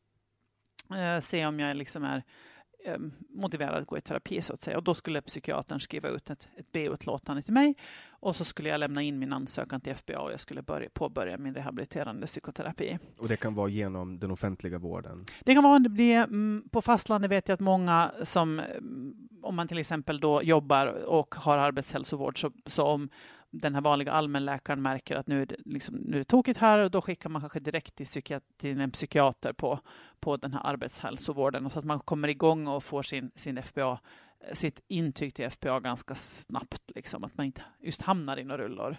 Se om jag liksom är motiverad att gå i terapi så att säga. Och då skulle psykiatern skriva ut ett B-utlåtande till mig och så skulle jag lämna in min ansökan till FPA och jag skulle påbörja min rehabiliterande psykoterapi. Och det kan vara genom den offentliga vården? Det kan vara på fastlandet vet jag att många som, om man till exempel då jobbar och har arbetshälsovård, så om den här vanliga allmänläkaren märker att nu är det tokigt här, och då skickar man kanske direkt till en psykiater på den här arbetshälsovården, och så att man kommer igång och får sin FPA, sitt intyg till FPA ganska snabbt, liksom, att man inte just hamnar i några rullor,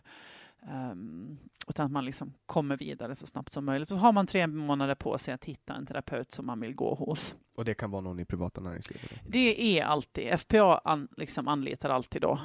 utan att man liksom kommer vidare så snabbt som möjligt. Så har man 3 månader på sig att hitta en terapeut som man vill gå hos. Och det kan vara någon i privata näringslivet? Det är alltid, FPA anlitar alltid då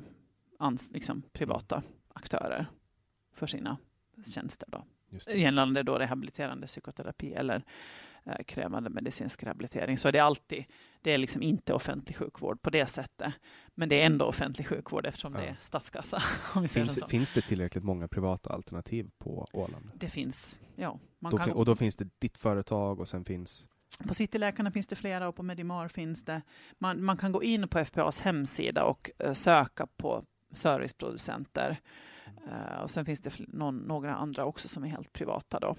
privata aktörer för sina tjänster då. Gällande då rehabiliterande psykoterapi eller krävande medicinsk rehabilitering, så är det är liksom inte offentlig sjukvård på det sättet, men det är ändå offentlig sjukvård eftersom det är statskassa. Finns det tillräckligt många privata alternativ på Åland? Det finns, ja. Och då finns det ditt företag och sen finns... På Cityläkarna finns det flera och på Medimar finns det. Man kan gå in på FPAs hemsida och söka på serviceproducenter. Och sen finns det några andra också som är helt privata då.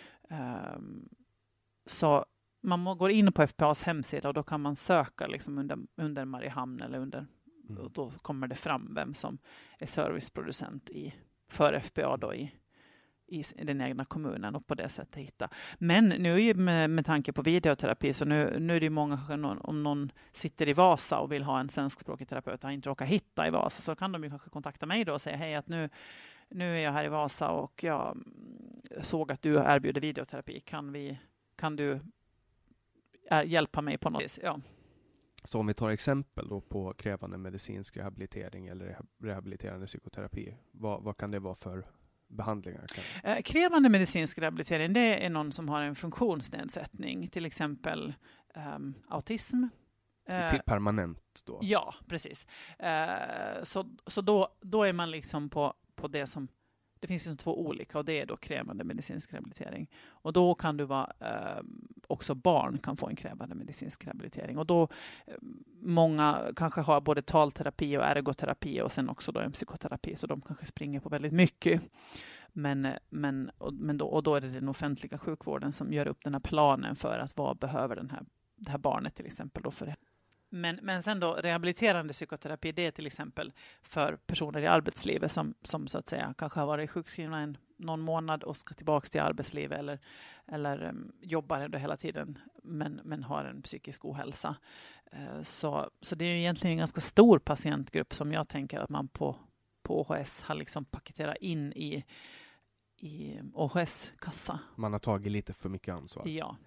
Så man går in på FPAs hemsida och då kan man söka liksom under Mariehamn eller och då kommer det fram vem som är serviceproducent för FPA då i i den egna kommunen och på det sättet hitta. Men nu är ju med tanke på videoterapi, så nu är det ju många, om någon sitter i Vasa och vill ha en svenskspråkig terapeut och inte råkar hitta i Vasa, så kan de ju kanske kontakta mig då och säga hej, att nu är jag här i Vasa och jag såg att du erbjuder videoterapi. Kan du hjälpa mig på något vis? Ja. Så om vi tar exempel då på krävande medicinsk rehabilitering eller rehabiliterande psykoterapi, vad kan det vara för behandlingar? Krävande medicinsk rehabilitering, det är någon som har en funktionsnedsättning, till exempel autism. Permanent då? Ja, precis. Så då är man liksom på det som, det finns liksom 2 olika, och det är då krävande medicinsk rehabilitering. Och då kan du vara, också barn kan få en krävande medicinsk rehabilitering. Och då, många kanske har både talterapi och ergoterapi och sen också då en psykoterapi, så de kanske springer på väldigt mycket. Men då är det den offentliga sjukvården som gör upp den här planen för att vad behöver det här barnet till exempel då för det. Men sen då rehabiliterande psykoterapi, det är till exempel för personer i arbetslivet som så att säga kanske har varit sjukskrivna någon månad och ska tillbaka till arbetslivet eller jobbar ändå hela tiden men har en psykisk ohälsa. Så det är ju egentligen en ganska stor patientgrupp som jag tänker att man på OHS har liksom paketerat in i OHS-kassa. Man har tagit lite för mycket ansvar. Ja.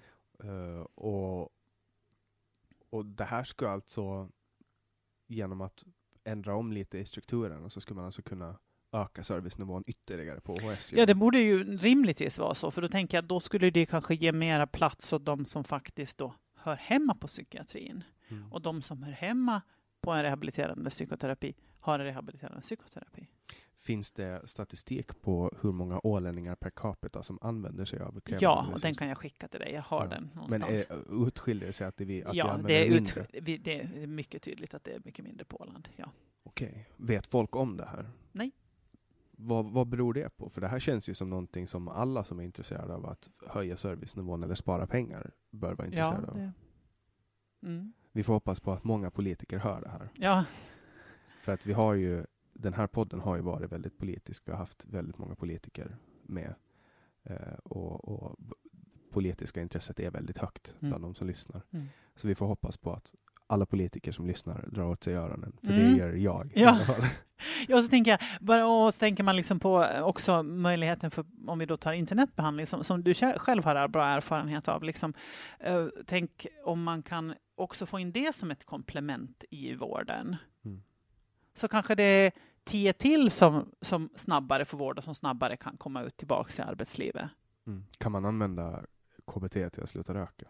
Och det här ska alltså, genom att ändra om lite i strukturen, och så ska man alltså kunna öka servicenivån ytterligare på OHS. Ja, det borde ju rimligtvis vara så, för då tänker jag att då skulle det kanske ge mera plats åt de som faktiskt då hör hemma på psykiatrin. Och de som hör hemma på en rehabiliterande psykoterapi har en rehabiliterande psykoterapi. Finns det statistik på hur många ålänningar per capita som använder sig av krävande? Ja, och den kan jag skicka till dig. Jag har den någonstans. Men utskiljer det sig att vi använder mindre? Det är mycket tydligt att det är mycket mindre på Åland. Ja. Okej. Vet folk om det här? Nej. Vad beror det på? För det här känns ju som någonting som alla som är intresserade av att höja servicenivån eller spara pengar bör vara intresserade av. Vi får hoppas på att många politiker hör det här. Ja. För att den här podden har ju varit väldigt politisk. Vi har haft väldigt många politiker med. Och politiska intresset är väldigt högt bland de som lyssnar. Så vi får hoppas på att alla politiker som lyssnar drar åt sig öronen. För det gör jag. Ja. Ja, så tänker man liksom på också möjligheten för, om vi då tar internetbehandling som du själv har bra erfarenhet av. Liksom, tänk om man kan också få in det som ett komplement i vården. Så kanske det är 10 till som snabbare får vård och som snabbare kan komma ut tillbaka i arbetslivet. Kan man använda KBT till att sluta röka?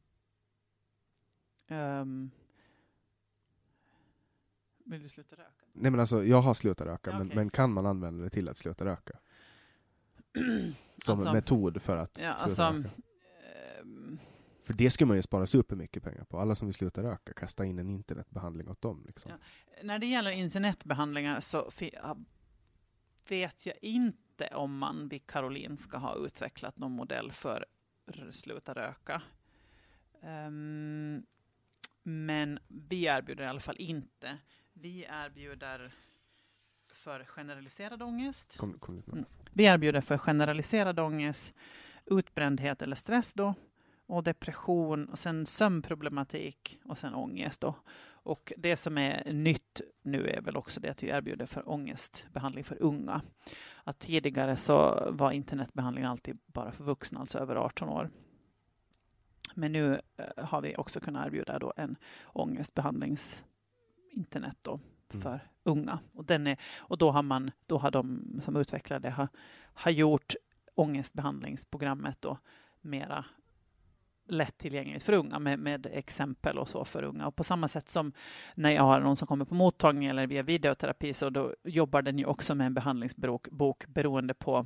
Vill du sluta röka? Nej, men alltså, jag har slutat röka, Okay. men kan man använda det till att sluta röka? Som en metod för att sluta röka? För det skulle man ju spara supermycket pengar på. Alla som vill sluta röka, kasta in en internetbehandling åt dem. Liksom. Ja. När det gäller internetbehandlingar så vet jag inte om man vid Karolinska har utvecklat någon modell för sluta röka. Men vi erbjuder i alla fall inte. Vi erbjuder för generaliserad ångest. Vi erbjuder för generaliserad ångest, utbrändhet eller stress då, och depression, och sen sömnproblematik och sen ångest då. Och det som är nytt nu är väl också det att vi erbjuder för ångestbehandling för unga. Att tidigare så var internetbehandling alltid bara för vuxna, alltså över 18 år. Men nu har vi också kunnat erbjuda då en ångestbehandlingsinternet då för unga. Och då har de som utvecklade har gjort ångestbehandlingsprogrammet då mera lättillgängligt för unga med exempel och så för unga. Och på samma sätt som när jag har någon som kommer på mottagning eller via videoterapi, så då jobbar den ju också med en behandlingsbok beroende på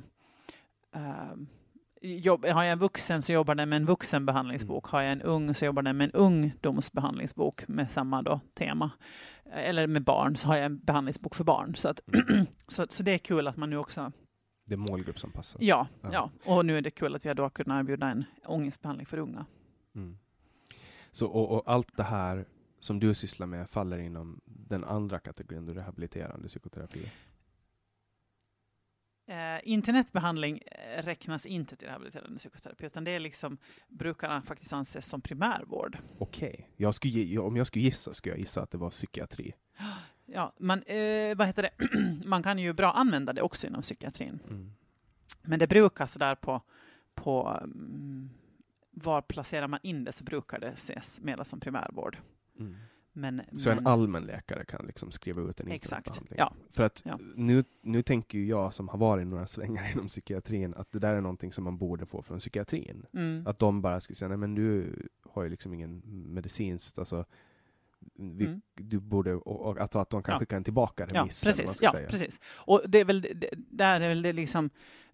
har jag en vuxen så jobbar den med en vuxenbehandlingsbok. Har jag en ung så jobbar den med en ungdomsbehandlingsbok med samma då tema. Eller med barn så har jag en behandlingsbok för barn. Så, så det är kul att man nu också... Det är målgrupp som passar. Ja. Och nu är det kul att vi då har kunnat erbjuda en ångestbehandling för unga. Så, och allt det här som du sysslar med faller inom den andra kategorin, rehabiliterande psykoterapi? Internetbehandling räknas inte till rehabiliterande psykoterapi, utan det är liksom, brukar faktiskt anses som primärvård. Okej. Om jag skulle gissa, skulle jag gissa att det var psykiatri. Ja, man kan ju bra använda det också inom psykiatrin. Men det brukar sådär på var placerar man in det, så brukar det ses mer som primärvård. Så en allmänläkare kan liksom skriva ut en internetbehandling. Ja. För att nu tänker ju jag, som har varit några svängar inom psykiatrin, att det där är någonting som man borde få från psykiatrin. Att de bara ska säga, nej men du har ju liksom ingen medicinskt, alltså du borde, och att de kan skicka en tillbaka remiss. Precis. Och det är väl det liksom,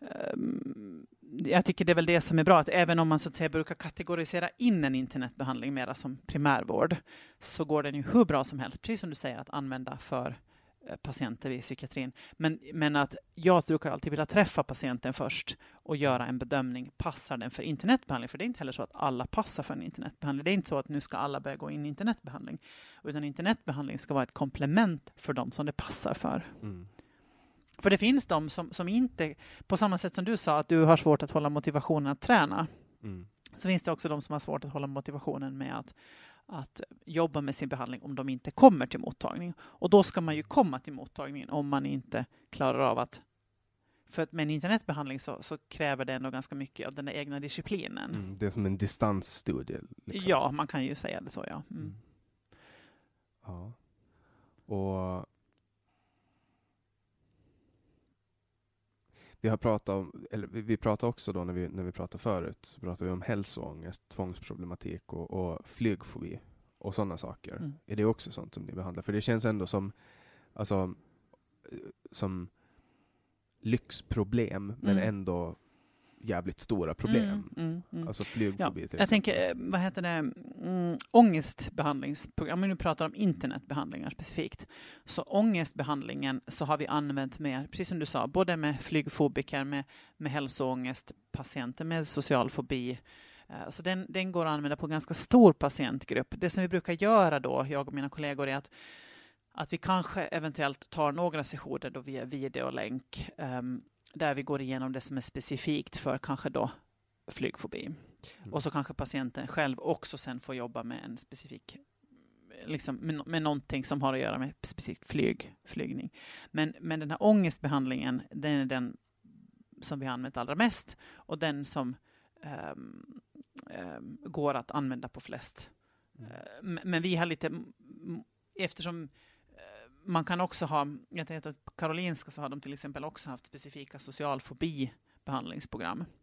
jag tycker det är väl det som är bra, att även om man så att säga brukar kategorisera in en internetbehandling mera som primärvård, så går den ju hur bra som helst, precis som du säger, att använda för patienter i psykiatrin. Men att jag brukar alltid vilja träffa patienten först och göra en bedömning. Passar den för internetbehandling? För det är inte heller så att alla passar för en internetbehandling. Det är inte så att nu ska alla börja gå in i internetbehandling. Utan internetbehandling ska vara ett komplement för dem som det passar för. För det finns de som inte, på samma sätt som du sa att du har svårt att hålla motivationen att träna. Så finns det också de som har svårt att hålla motivationen med att jobba med sin behandling om de inte kommer till mottagning. Och då ska man ju komma till mottagningen om man inte klarar av att... För att med en internetbehandling så kräver det ändå ganska mycket av den egna disciplinen. Det är som en distansstudie. Liksom. Ja, man kan ju säga det så, ja. Ja. Och vi pratade också då när vi pratade förut, så pratade vi om hälsoångest, tvångsproblematik och flygfobi och sådana saker. Är det också sånt som ni behandlar? För det känns ändå som lyxproblem, men ändå jävligt stora problem. Alltså flygfobi till jag tänker, ångestbehandlingsprogram, om vi nu pratar om internetbehandlingar specifikt, så ångestbehandlingen så har vi använt mer, precis som du sa, både med flygfobiker, med hälsoångest, patienter med social fobi. Så den går att använda på en ganska stor patientgrupp. Det som vi brukar göra då, jag och mina kollegor, är att vi kanske eventuellt tar några sessioner då via videolänk, där vi går igenom det som är specifikt för kanske då flygfobi. Och så kanske patienten själv också sen får jobba med en specifik, liksom med någonting som har att göra med specifikt flygning. Men den här ångestbehandlingen, den är den som vi har använt allra mest, och den som går att använda på flest. Men vi har lite, eftersom man kan också ha, jag tänkte att på Karolinska så har de till exempel också haft specifika socialfobi-behandlingsprogram.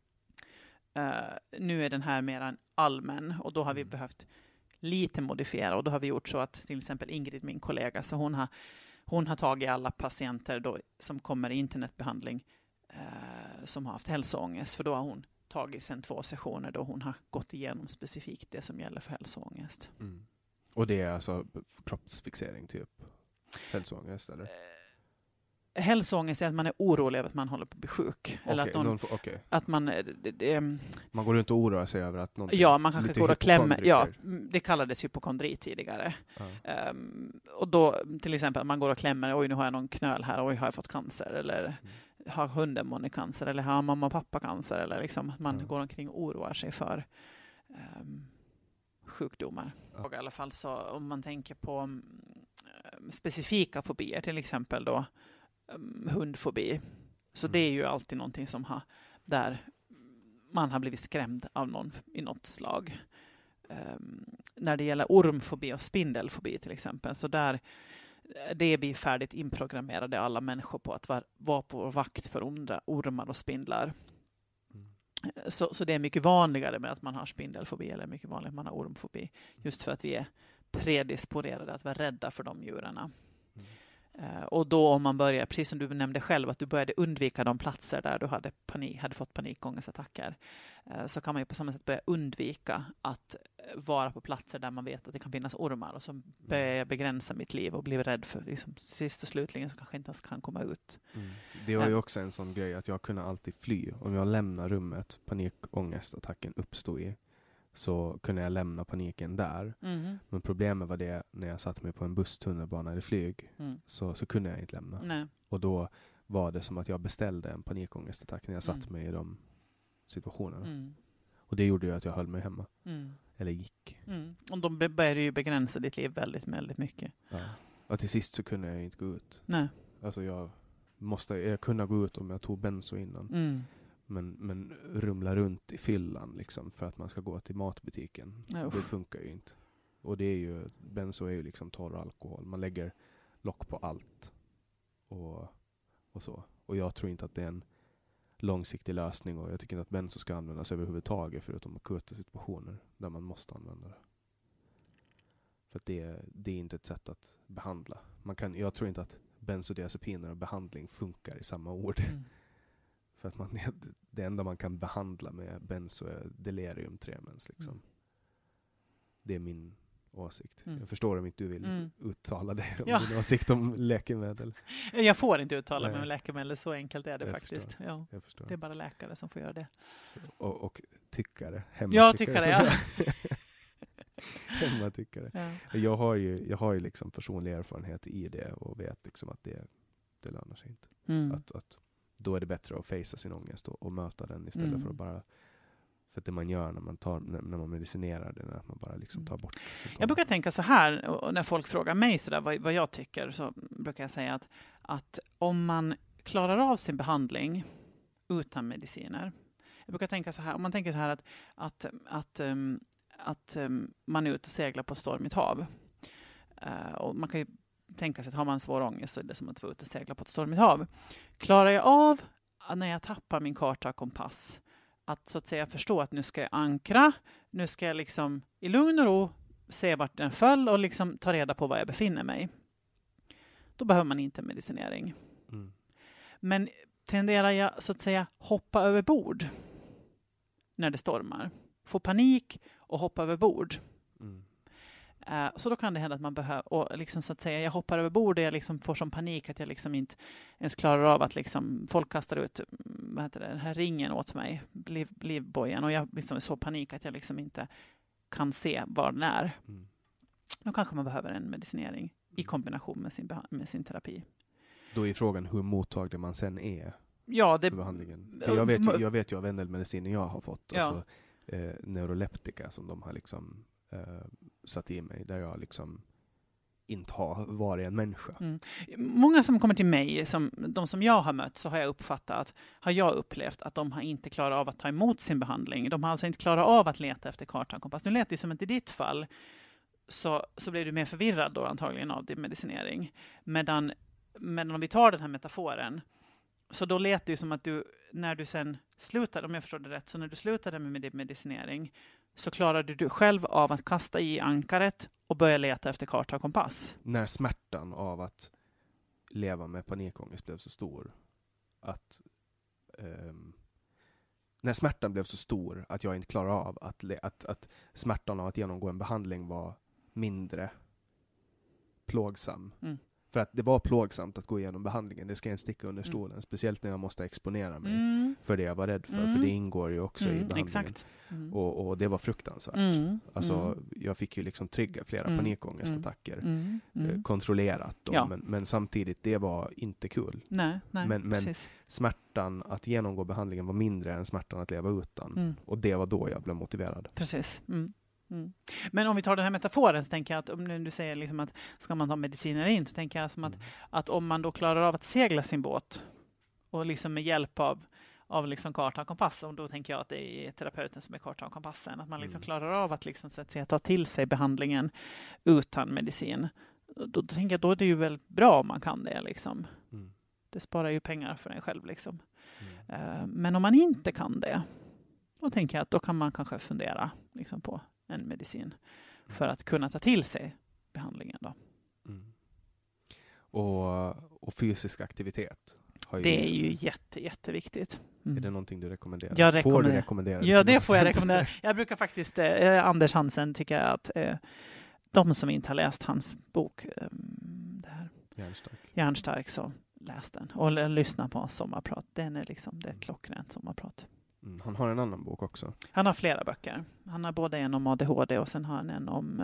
Nu är den här mer en allmän, och då har vi behövt lite modifiera, och då har vi gjort så att till exempel Ingrid, min kollega, så hon har tagit alla patienter då som kommer i internetbehandling som har haft hälsoångest, för då har hon tagit sen 2 sessioner då hon har gått igenom specifikt det som gäller för hälsoångest. Och det är alltså kroppsfixering typ? Hälsoångest eller? Hälsoångest är att man är orolig över att man håller på att bli sjuk. Eller att man... man går runt och oroar sig över att någon... Ja, man kanske går och klämmer. Ja, det kallades hypokondri tidigare. Och då till exempel att man går och klämmer, oj nu har jag någon knöl här, oj har jag fått cancer, eller har hunden månne cancer, eller har mamma och pappa cancer, eller liksom man går omkring och oroar sig för sjukdomar. Och i alla fall så om man tänker på specifika fobier, till exempel då hundfobi, så det är ju alltid någonting som där man har blivit skrämd av någon i något slag. När det gäller ormfobi och spindelfobi till exempel, så där det är vi färdigt inprogrammerade alla människor på att vara på vakt för ormar och spindlar. Så det är mycket vanligare med att man har spindelfobi, eller mycket vanligare att man har ormfobi, just för att vi är predisponerade att vara rädda för de djuren. Och då om man börjar, precis som du nämnde själv, att du började undvika de platser där du hade fått panikångestattacker, så kan man ju på samma sätt börja undvika att vara på platser där man vet att det kan finnas ormar, och så börjar jag begränsa mitt liv och bli rädd för liksom, sist och slutligen så kanske inte ens kan komma ut. Det var ju också en sån grej att jag kunde alltid fly. Om jag lämnar rummet panikångestattacken uppstod i, så kunde jag lämna paniken där. Men problemet var det när jag satt mig på en buss, tunnelbana eller flyg, så kunde jag inte lämna. Nej. Och då var det som att jag beställde en panikångestattack när jag satt mig i de situationerna. Och det gjorde ju att jag höll mig hemma. Eller gick. Och då började ju begränsa ditt liv väldigt, väldigt mycket. Ja. Och till sist så kunde jag inte gå ut. Nej. Alltså jag kunde gå ut om jag tog benzo innan. Men rumla runt i fyllan liksom för att man ska gå till matbutiken. Det funkar ju inte. Och det är ju, benzo är ju liksom torr alkohol. Man lägger lock på allt. Och så. Och jag tror inte att det är en långsiktig lösning. Och jag tycker inte att benzo ska användas överhuvudtaget förutom akuta situationer där man måste använda det. För att det är inte ett sätt att behandla. Jag tror inte att benzodiazepiner och behandling funkar i samma ord. För att det enda man kan behandla med benzo är delirium tremens liksom. Det är min åsikt. Jag förstår om inte du vill uttala dig om din åsikt om läkemedel. Jag får inte uttala mig om läkemedel, så enkelt är det faktiskt. Ja. Jag förstår. Det är bara läkare som får göra det. Så, och tyckare. Tyckare, ja. Hemmatyckare. Ja. Jag har ju liksom personlig erfarenhet i det och vet liksom att det lönar sig inte. Att då är det bättre att facea sin ångest och möta den istället för att bara... För att det man gör när man medicinerar det är att man bara liksom tar bort. Jag brukar tänka så här, och när folk frågar mig så där, vad jag tycker, så brukar jag säga att om man klarar av sin behandling utan mediciner. Jag brukar tänka så här, om man tänker så här att man är ute och seglar på ett stormigt hav. Och man kan ju tänka sig att har man svår ångest så är det som att vara ute och segla på ett stormigt hav. Klarar jag av när jag tappar min karta och kompass att så att säga förstå att nu ska jag ankra, nu ska jag liksom i lugn och ro se vart den föll och liksom ta reda på var jag befinner mig. Då behöver man inte medicinering. Men tenderar jag så att säga hoppa över bord när det stormar. Få panik och hoppa över bord. Så då kan det hända att man behöver, och liksom så att säga, jag hoppar över bord och jag liksom får som panik att jag liksom inte ens klarar av att liksom, folk kastar ut den här ringen åt mig, livbojen, och jag liksom är så panik att jag liksom inte kan se var den är. Då kanske man behöver en medicinering i kombination med sin terapi. Då är frågan hur mottaglig man sen är för behandlingen. För jag vet ju av en del mediciner jag har fått, alltså neuroleptika som de har liksom satt i mig, där jag liksom inte har varit en människa. Många som kommer till mig, de som jag har mött, så har jag upplevt att de har inte klarat av att ta emot sin behandling. De har alltså inte klarat av att leta efter kartan och kompass. Nu lät det som att i ditt fall så blev du mer förvirrad då antagligen av din medicinering. Men om vi tar den här metaforen, så då lät det ju som att du, när du sen slutade, om jag förstår det rätt, så när du slutade med din medicinering så klarade du själv av att kasta i ankaret och börja leta efter karta och kompass. När smärtan av att leva med panikångest blev så stor att när smärtan blev så stor att jag inte klarade av att smärtan av att genomgå en behandling var mindre plågsam. För att det var plågsamt att gå igenom behandlingen. Det ska jag inte sticka under stolen. Speciellt när jag måste exponera mig för det jag var rädd för. För det ingår ju också i behandlingen. Exakt. Och det var fruktansvärt. Alltså, jag fick ju liksom trigga flera panikångestattacker. Kontrollerat då. Ja. Men samtidigt, det var inte kul. Nej, men smärtan att genomgå behandlingen var mindre än smärtan att leva utan. Och det var då jag blev motiverad. Precis. Men om vi tar den här metaforen, så tänker jag att om du säger liksom att ska man ha mediciner in, så tänker jag som att om man då klarar av att segla sin båt och liksom med hjälp av liksom karta och kompass, och då tänker jag att det är terapeuten som är karta och kompassen, att man liksom klarar av att liksom så att säga ta till sig behandlingen utan medicin. Då tänker jag då är det ju väl bra om man kan det liksom. Det sparar ju pengar för en själv liksom. Men om man inte kan det, då tänker jag att då kan man kanske fundera liksom på en medicin för att kunna ta till sig behandlingen då. Och fysisk aktivitet har ju det är ju jätteviktigt. Är det någonting du rekommenderar? Får du rekommendera? Ja, det får jag rekommendera. Jag brukar faktiskt, Anders Hansen tycker jag att de som inte har läst hans bok det här Hjärnstark, så läs den och lyssna på hans sommarprat. Den är liksom, det är ett klockrent sommarprat. Han har en annan bok också. Han har flera böcker. Han har både en om ADHD och sen har han en om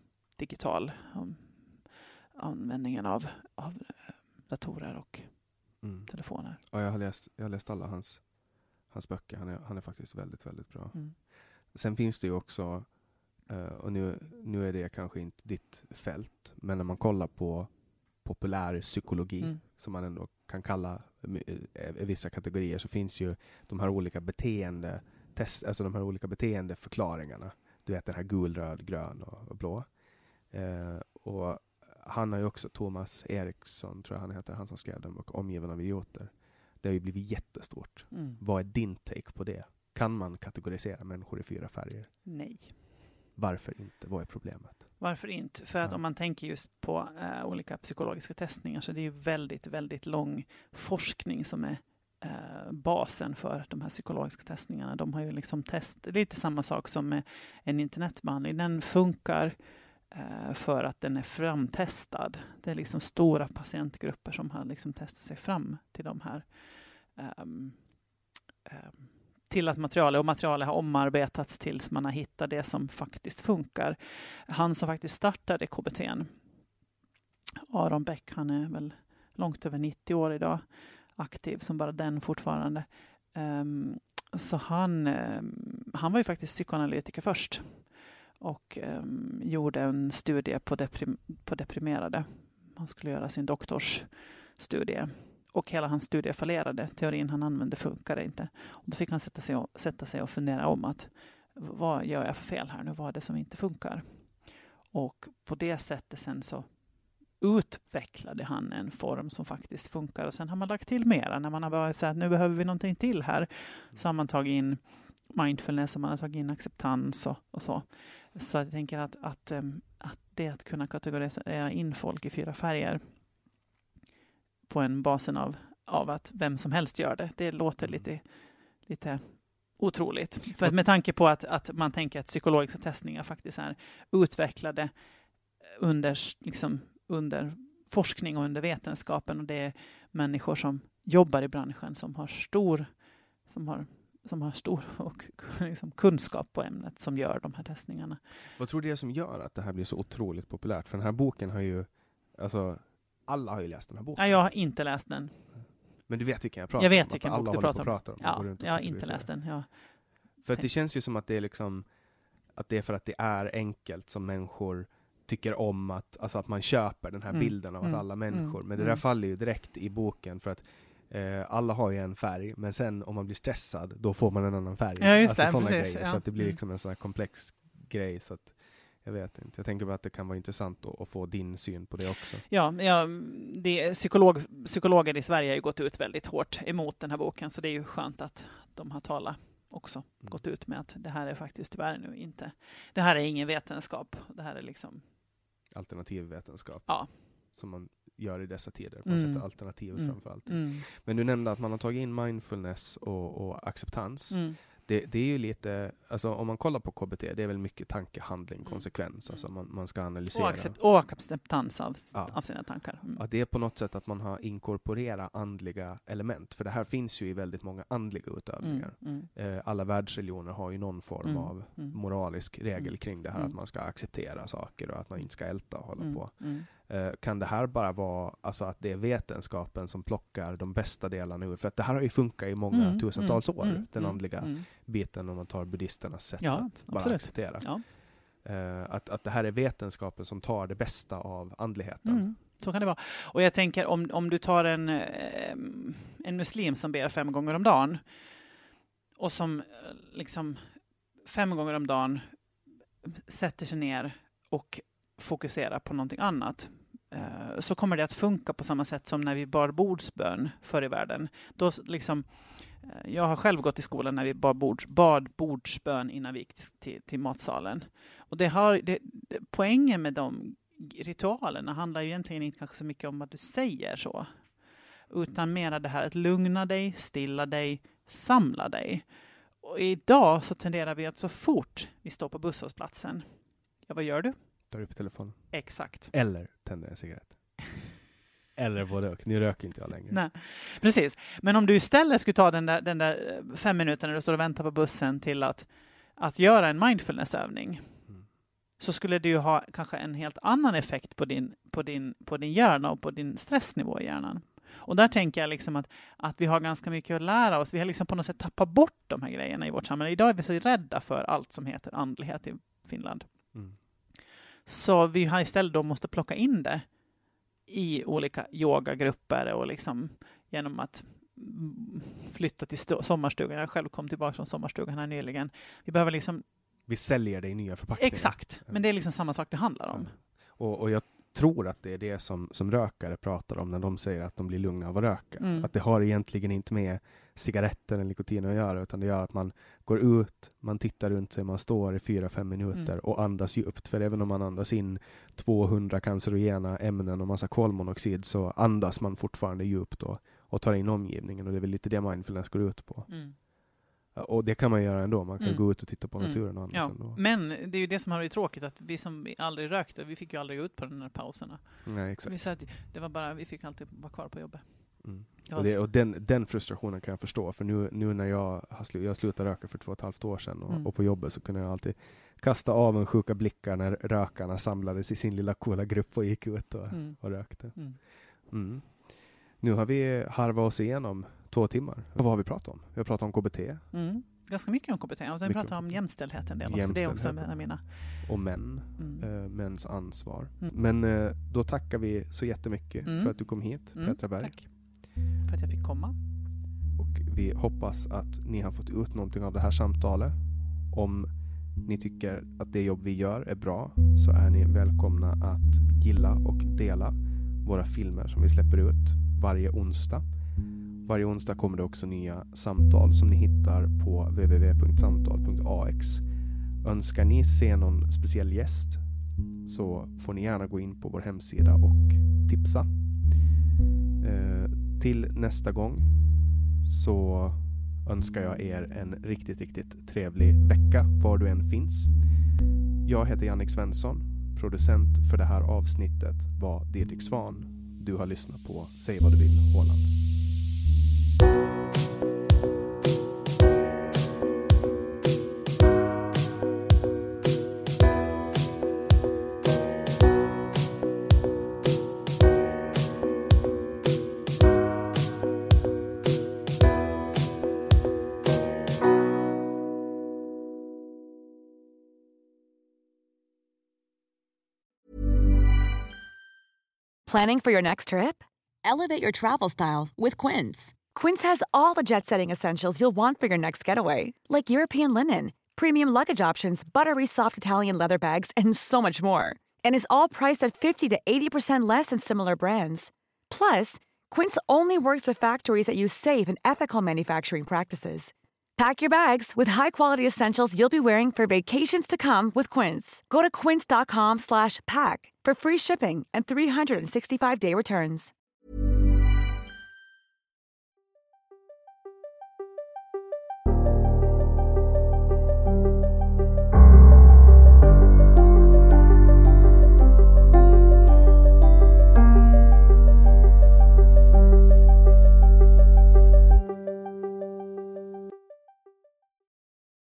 digital, om användningen av datorer och telefoner. Ja, jag har läst alla hans böcker. Han är faktiskt väldigt, väldigt bra. Sen finns det ju också, och nu är det kanske inte ditt fält, men när man kollar på populär psykologi, som man ändå kan kalla vissa kategorier, så finns ju de här olika alltså de här olika beteendeförklaringarna. Du vet, den här gul, röd, grön och blå. Och han har ju också, Thomas Eriksson tror jag han heter, han som skrev den och Omgiven av idioter. Det har ju blivit jättestort. Vad är din take på det? Kan man kategorisera människor i 4 färger? Nej. Varför inte? Vad är problemet? Varför inte? För att om man tänker just på olika psykologiska testningar, så det är ju väldigt, väldigt lång forskning som är basen för de här psykologiska testningarna. De har ju liksom lite samma sak som med en internetbehandling. Den funkar för att den är framtestad. Det är liksom stora patientgrupper som har liksom testat sig fram till de här till att materialet har omarbetats tills man har hittat det som faktiskt funkar. Han som faktiskt startade KBT:n, Aron Beck, han är väl långt över 90 år idag, aktiv som bara den fortfarande. Så han var ju faktiskt psykoanalytiker först och gjorde en studie på deprimerade. Han skulle göra sin doktorsstudie. Och hela hans studie fallerade. Teorin han använde funkade inte. Och då fick han sätta sig och fundera om att vad gör jag för fel här nu? Vad är det som inte funkar? Och på det sättet sen så utvecklade han en form som faktiskt funkar. Och sen har man lagt till mera. När man har börjat säga att nu behöver vi någonting till här. Så har man tagit in mindfulness och man har tagit in acceptans och så. Så jag tänker att det att kunna kategorisera in folk i 4 färger på en basen av att vem som helst gör det. Det låter lite otroligt. För att med tanke på att man tänker att psykologiska testningar faktiskt är utvecklade under forskning och under vetenskapen, och det är människor som jobbar i branschen som har stor och liksom kunskap på ämnet som gör de här testningarna. Vad tror du det är som gör att det här blir så otroligt populärt? För den här boken har ju, alltså alla har ju läst den här boken. Ja, jag har inte läst den. Men du vet vilken jag pratar om? Jag vet vilken bok du pratar om. Ja, jag har inte läst den. Ja. För att det känns ju som att det är liksom, att det är för att det är enkelt som människor tycker om att man köper den här bilden av att alla människor. Men det där faller ju direkt i boken för att alla har ju en färg, men sen om man blir stressad då får man en annan färg. Ja, just det, sådana precis, grejer. Så att det blir liksom en sån här komplex grej, så att jag vet inte. Jag tänker bara att det kan vara intressant att få din syn på det också. Ja, psykologer i Sverige har ju gått ut väldigt hårt emot den här boken, så det är ju skönt att de har talat också. Gått ut med att det här är faktiskt tyvärr nu inte. Det här är ingen vetenskap. Det här är liksom alternativ vetenskap. Ja. Som man gör i dessa tider. Man sätter alternativ framför allt. Men du nämnde att man har tagit in mindfulness och acceptans. Det är ju lite, alltså om man kollar på KBT, det är väl mycket tanke, handling, konsekvens. Alltså man ska analysera. Och acceptans av sina tankar. Att det är på något sätt att man har inkorporerat andliga element. För det här finns ju i väldigt många andliga utövningar. Alla världsreligioner har ju någon form av moralisk regel kring det här. Att man ska acceptera saker och att man inte ska älta och hålla på. Kan det här bara vara alltså att det är vetenskapen som plockar de bästa delarna ur? För att det här har ju funkat i många tusentals år. Den andliga biten, om man tar buddhisternas sätt att bara acceptera. Ja. Att det här är vetenskapen som tar det bästa av andligheten. Så kan det vara. Och jag tänker om du tar en muslim som ber 5 gånger om dagen och som liksom 5 gånger om dagen sätter sig ner och fokuserar på någonting annat, så kommer det att funka på samma sätt som när vi bar bordsbön förr i världen. Då liksom, jag har själv gått i skolan när vi bad bordsbön innan vi gick till matsalen. Och poängen med de ritualerna handlar ju egentligen inte kanske så mycket om vad du säger så, utan mer det här att lugna dig, stilla dig, samla dig. Och idag så tenderar vi att så fort vi står på busshållplatsen, vad gör du? Tar upp telefonen. Exakt. Eller tänder en cigarett. Eller både och. Nu röker inte jag längre. Nej, precis. Men om du istället skulle ta den där 5 minuter när du står och väntar på bussen till att göra en mindfulnessövning, så skulle det ju ha kanske en helt annan effekt på din hjärna och på din stressnivå i hjärnan. Och där tänker jag liksom att vi har ganska mycket att lära oss. Vi har liksom på något sätt tappat bort de här grejerna i vårt samhälle. Idag är vi så rädda för allt som heter andlighet i Finland. Så vi har istället då måste plocka in det i olika yogagrupper och liksom genom att flytta till sommarstugan. Jag själv kom tillbaka från sommarstugan här nyligen. Vi behöver liksom... Vi säljer det i nya förpackningar. Exakt, men det är liksom samma sak det handlar om. Och jag tror att det är det som rökare pratar om när de säger att de blir lugna av att röka. Att det har egentligen inte med cigaretten eller nikotin att göra, utan det gör att man går ut, man tittar runt sig, man står i 4-5 minuter och andas djupt. För även om man andas in 200 cancerogena ämnen och massa kolmonoxid, så andas man fortfarande djupt och tar in omgivningen. Och det är väl lite det mindfulness går ut på. Och det kan man göra ändå. Man kan gå ut och titta på naturen och andas ändå. Men det är ju det som har varit tråkigt, att vi som aldrig rökte, vi fick ju aldrig gå ut på den här pauserna. Nej, exakt. Vi sa att det var bara, vi fick alltid vara kvar på jobbet. Och den frustrationen kan jag förstå. För nu när jag slutade röka för 2,5 år sedan och på jobbet, så kunde jag alltid kasta avundsjuka blickar när rökarna samlades i sin lilla coola grupp och gick ut och rökte. Nu har vi harvat oss igenom 2 timmar. Vad har vi pratat om? Vi har pratat om KBT. Ganska mycket om KBT. Och sen pratar om jämställdhet en del också. Det är också mina. Och mäns ansvar. Men då tackar vi så jättemycket för att du kom hit, Petra Berg. Tack för att jag fick komma. Och vi hoppas att ni har fått ut någonting av det här samtalet. Om ni tycker att det jobb vi gör är bra, så är ni välkomna att gilla och dela våra filmer som vi släpper ut varje onsdag. Varje onsdag kommer det också nya samtal som ni hittar på www.samtal.ax. Önskar ni se någon speciell gäst, så får ni gärna gå in på vår hemsida och tipsa. Till nästa gång så önskar jag er en riktigt, riktigt trevlig vecka var du än finns. Jag heter Jannik Svensson. Producent för det här avsnittet var Didrik Svan. Du har lyssnat på Säg vad du vill, Åland. Planning for your next trip? Elevate your travel style with Quince. Quince has all the jet-setting essentials you'll want for your next getaway, like European linen, premium luggage options, buttery soft Italian leather bags, and so much more. And is all priced at 50 to 80% less than similar brands. Plus, Quince only works with factories that use safe and ethical manufacturing practices. Pack your bags with high-quality essentials you'll be wearing for vacations to come with Quince. Go to quince.com/pack for free shipping and 365-day returns.